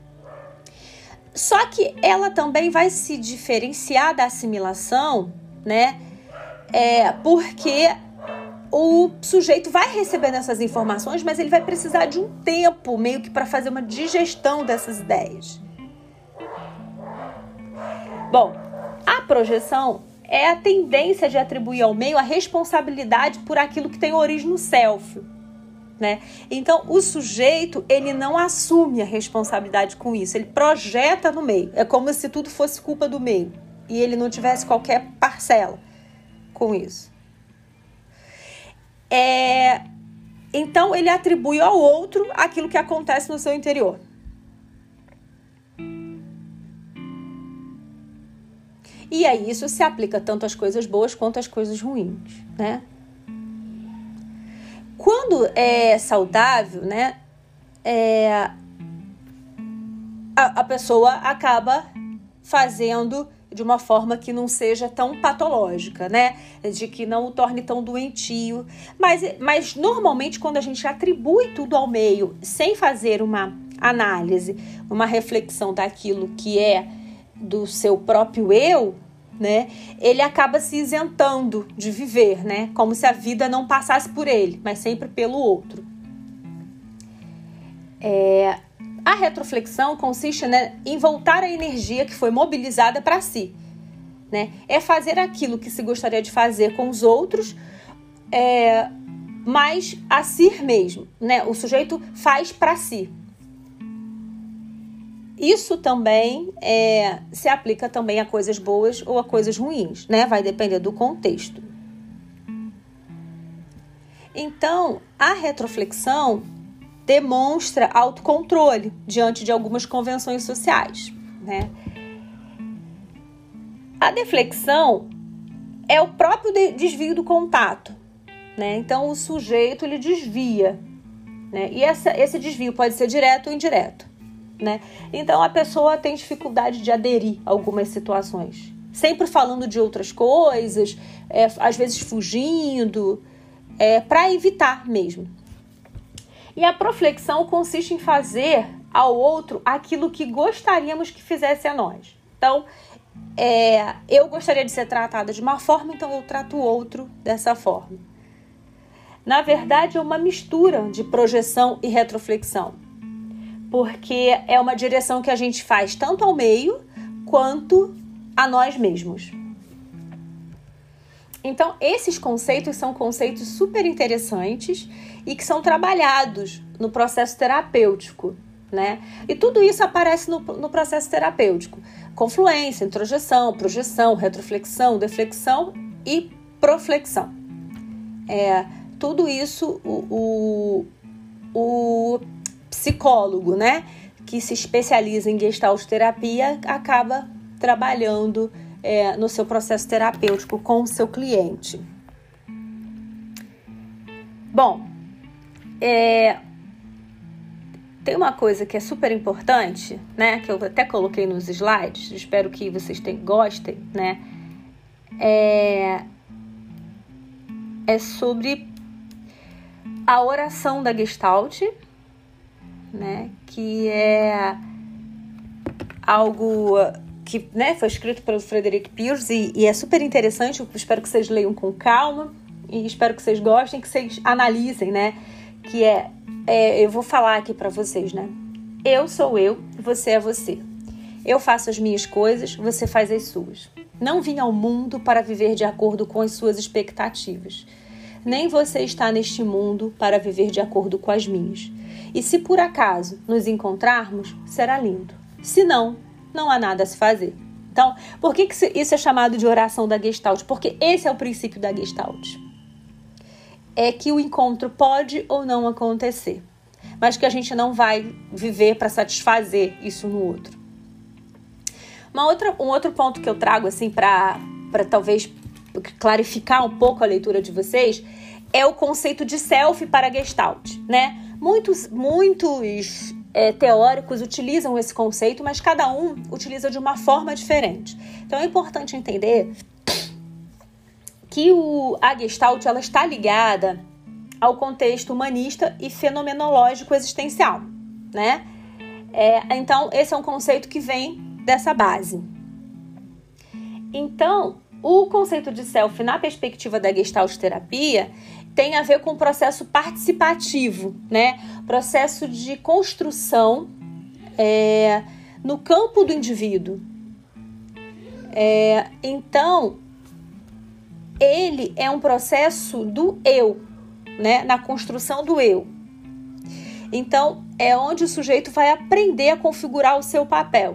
Só que ela também vai se diferenciar da assimilação, né? Porque o sujeito vai recebendo essas informações, mas ele vai precisar de um tempo meio que para fazer uma digestão dessas ideias. Bom, a projeção é a tendência de atribuir ao meio a responsabilidade por aquilo que tem origem no self, né? Então, o sujeito, ele não assume a responsabilidade com isso, ele projeta no meio. É como se tudo fosse culpa do meio e ele não tivesse qualquer parcela com isso. Então, ele atribui ao outro aquilo que acontece no seu interior. E aí isso se aplica tanto às coisas boas quanto às coisas ruins, né? Quando é saudável, né, a pessoa acaba fazendo de uma forma que não seja tão patológica, né? De que não o torne tão doentio. Mas normalmente quando a gente atribui tudo ao meio sem fazer uma análise, uma reflexão daquilo que é do seu próprio eu, né, ele acaba se isentando de viver, né, como se a vida não passasse por ele, mas sempre pelo outro. A retroflexão consiste, né, em voltar a energia que foi mobilizada para si, né, é fazer aquilo que se gostaria de fazer com os outros, mas a si mesmo, né, o sujeito faz para si. Isso também se aplica também a coisas boas ou a coisas ruins, né? Vai depender do contexto. Então, a retroflexão demonstra autocontrole diante de algumas convenções sociais, né? A deflexão é o próprio desvio do contato, né? Então, o sujeito ele desvia, né? E esse desvio pode ser direto ou indireto, né? Então a pessoa tem dificuldade de aderir a algumas situações, sempre falando de outras coisas, às vezes fugindo, para evitar mesmo. E a proflexão consiste em fazer ao outro aquilo que gostaríamos que fizesse a nós. Então, eu gostaria de ser tratada de uma forma, então eu trato o outro dessa forma. Na verdade, é uma mistura de projeção e retroflexão, porque é uma direção que a gente faz tanto ao meio quanto a nós mesmos. Então, esses conceitos são conceitos super interessantes e que são trabalhados no processo terapêutico, né? E tudo isso aparece no processo terapêutico. Confluência, introjeção, projeção, retroflexão, deflexão e proflexão. Tudo isso o psicólogo, né, que se especializa em Gestalt terapia, acaba trabalhando no seu processo terapêutico com o seu cliente. Bom, tem uma coisa que é super importante, né? Que eu até coloquei nos slides, espero que vocês gostem, né? É sobre a oração da Gestalt, né? Que é algo que, né, foi escrito pelo Frederick Pierce e é super interessante. Eu espero que vocês leiam com calma e espero que vocês gostem, que vocês analisem, né? Que eu vou falar aqui para vocês, né? Eu sou eu, você é você. Eu faço as minhas coisas, você faz as suas. Não vim ao mundo para viver de acordo com as suas expectativas. Nem você está neste mundo para viver de acordo com as minhas. E se por acaso nos encontrarmos, será lindo. Se não, não há nada a se fazer. Então, por que isso é chamado de oração da Gestalt? Porque esse é o princípio da Gestalt. É que o encontro pode ou não acontecer, mas que a gente não vai viver para satisfazer isso no outro. Um outro ponto que eu trago assim para talvez clarificar um pouco a leitura de vocês é o conceito de self para a Gestalt, né? Muitos teóricos utilizam esse conceito, mas cada um utiliza de uma forma diferente. Então é importante entender que a Gestalt ela está ligada ao contexto humanista e fenomenológico existencial, né? Então, esse é um conceito que vem dessa base. Então, o conceito de self, na perspectiva da Gestalt terapia, tem a ver com o processo participativo, né? Processo de construção no campo do indivíduo. Então, ele é um processo do eu, né? Na construção do eu. Então, é onde o sujeito vai aprender a configurar o seu papel.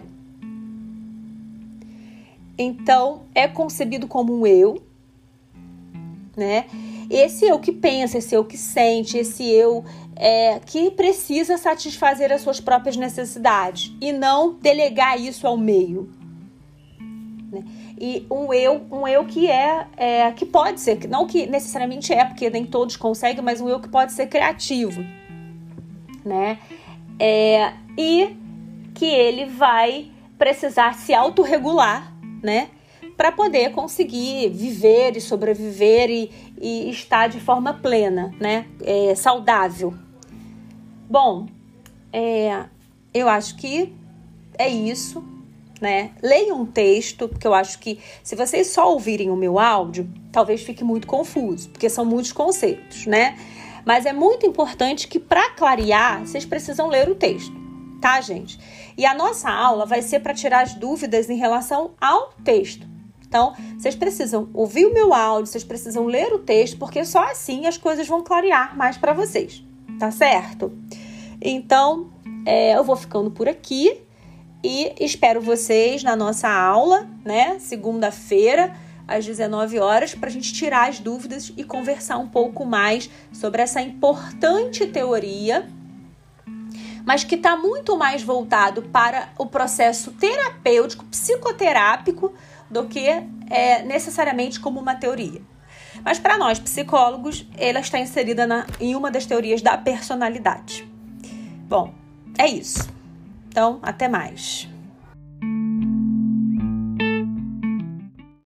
Então, é concebido como um eu, né? Esse eu que pensa, esse eu que sente, esse eu que precisa satisfazer as suas próprias necessidades e não delegar isso ao meio. Né? E um eu que que pode ser, não que necessariamente porque nem todos conseguem, mas um eu que pode ser criativo, né? E que ele vai precisar se autorregular, né? Para poder conseguir viver e sobreviver e estar de forma plena, né? Saudável. Bom, eu acho que é isso. Né? Leiam um texto, porque eu acho que se vocês só ouvirem o meu áudio, talvez fique muito confuso, porque são muitos conceitos, né? Mas é muito importante que para clarear, vocês precisam ler o texto, tá, gente? E a nossa aula vai ser para tirar as dúvidas em relação ao texto. Então, vocês precisam ouvir o meu áudio, vocês precisam ler o texto, porque só assim as coisas vão clarear mais para vocês, tá certo? Então, eu vou ficando por aqui. E espero vocês na nossa aula, né? Segunda-feira, às 19 horas, para a gente tirar as dúvidas e conversar um pouco mais sobre essa importante teoria, mas que está muito mais voltado para o processo terapêutico, psicoterápico, do que necessariamente como uma teoria. Mas para nós, psicólogos, ela está inserida em uma das teorias da personalidade. Bom, é isso. Então, até mais.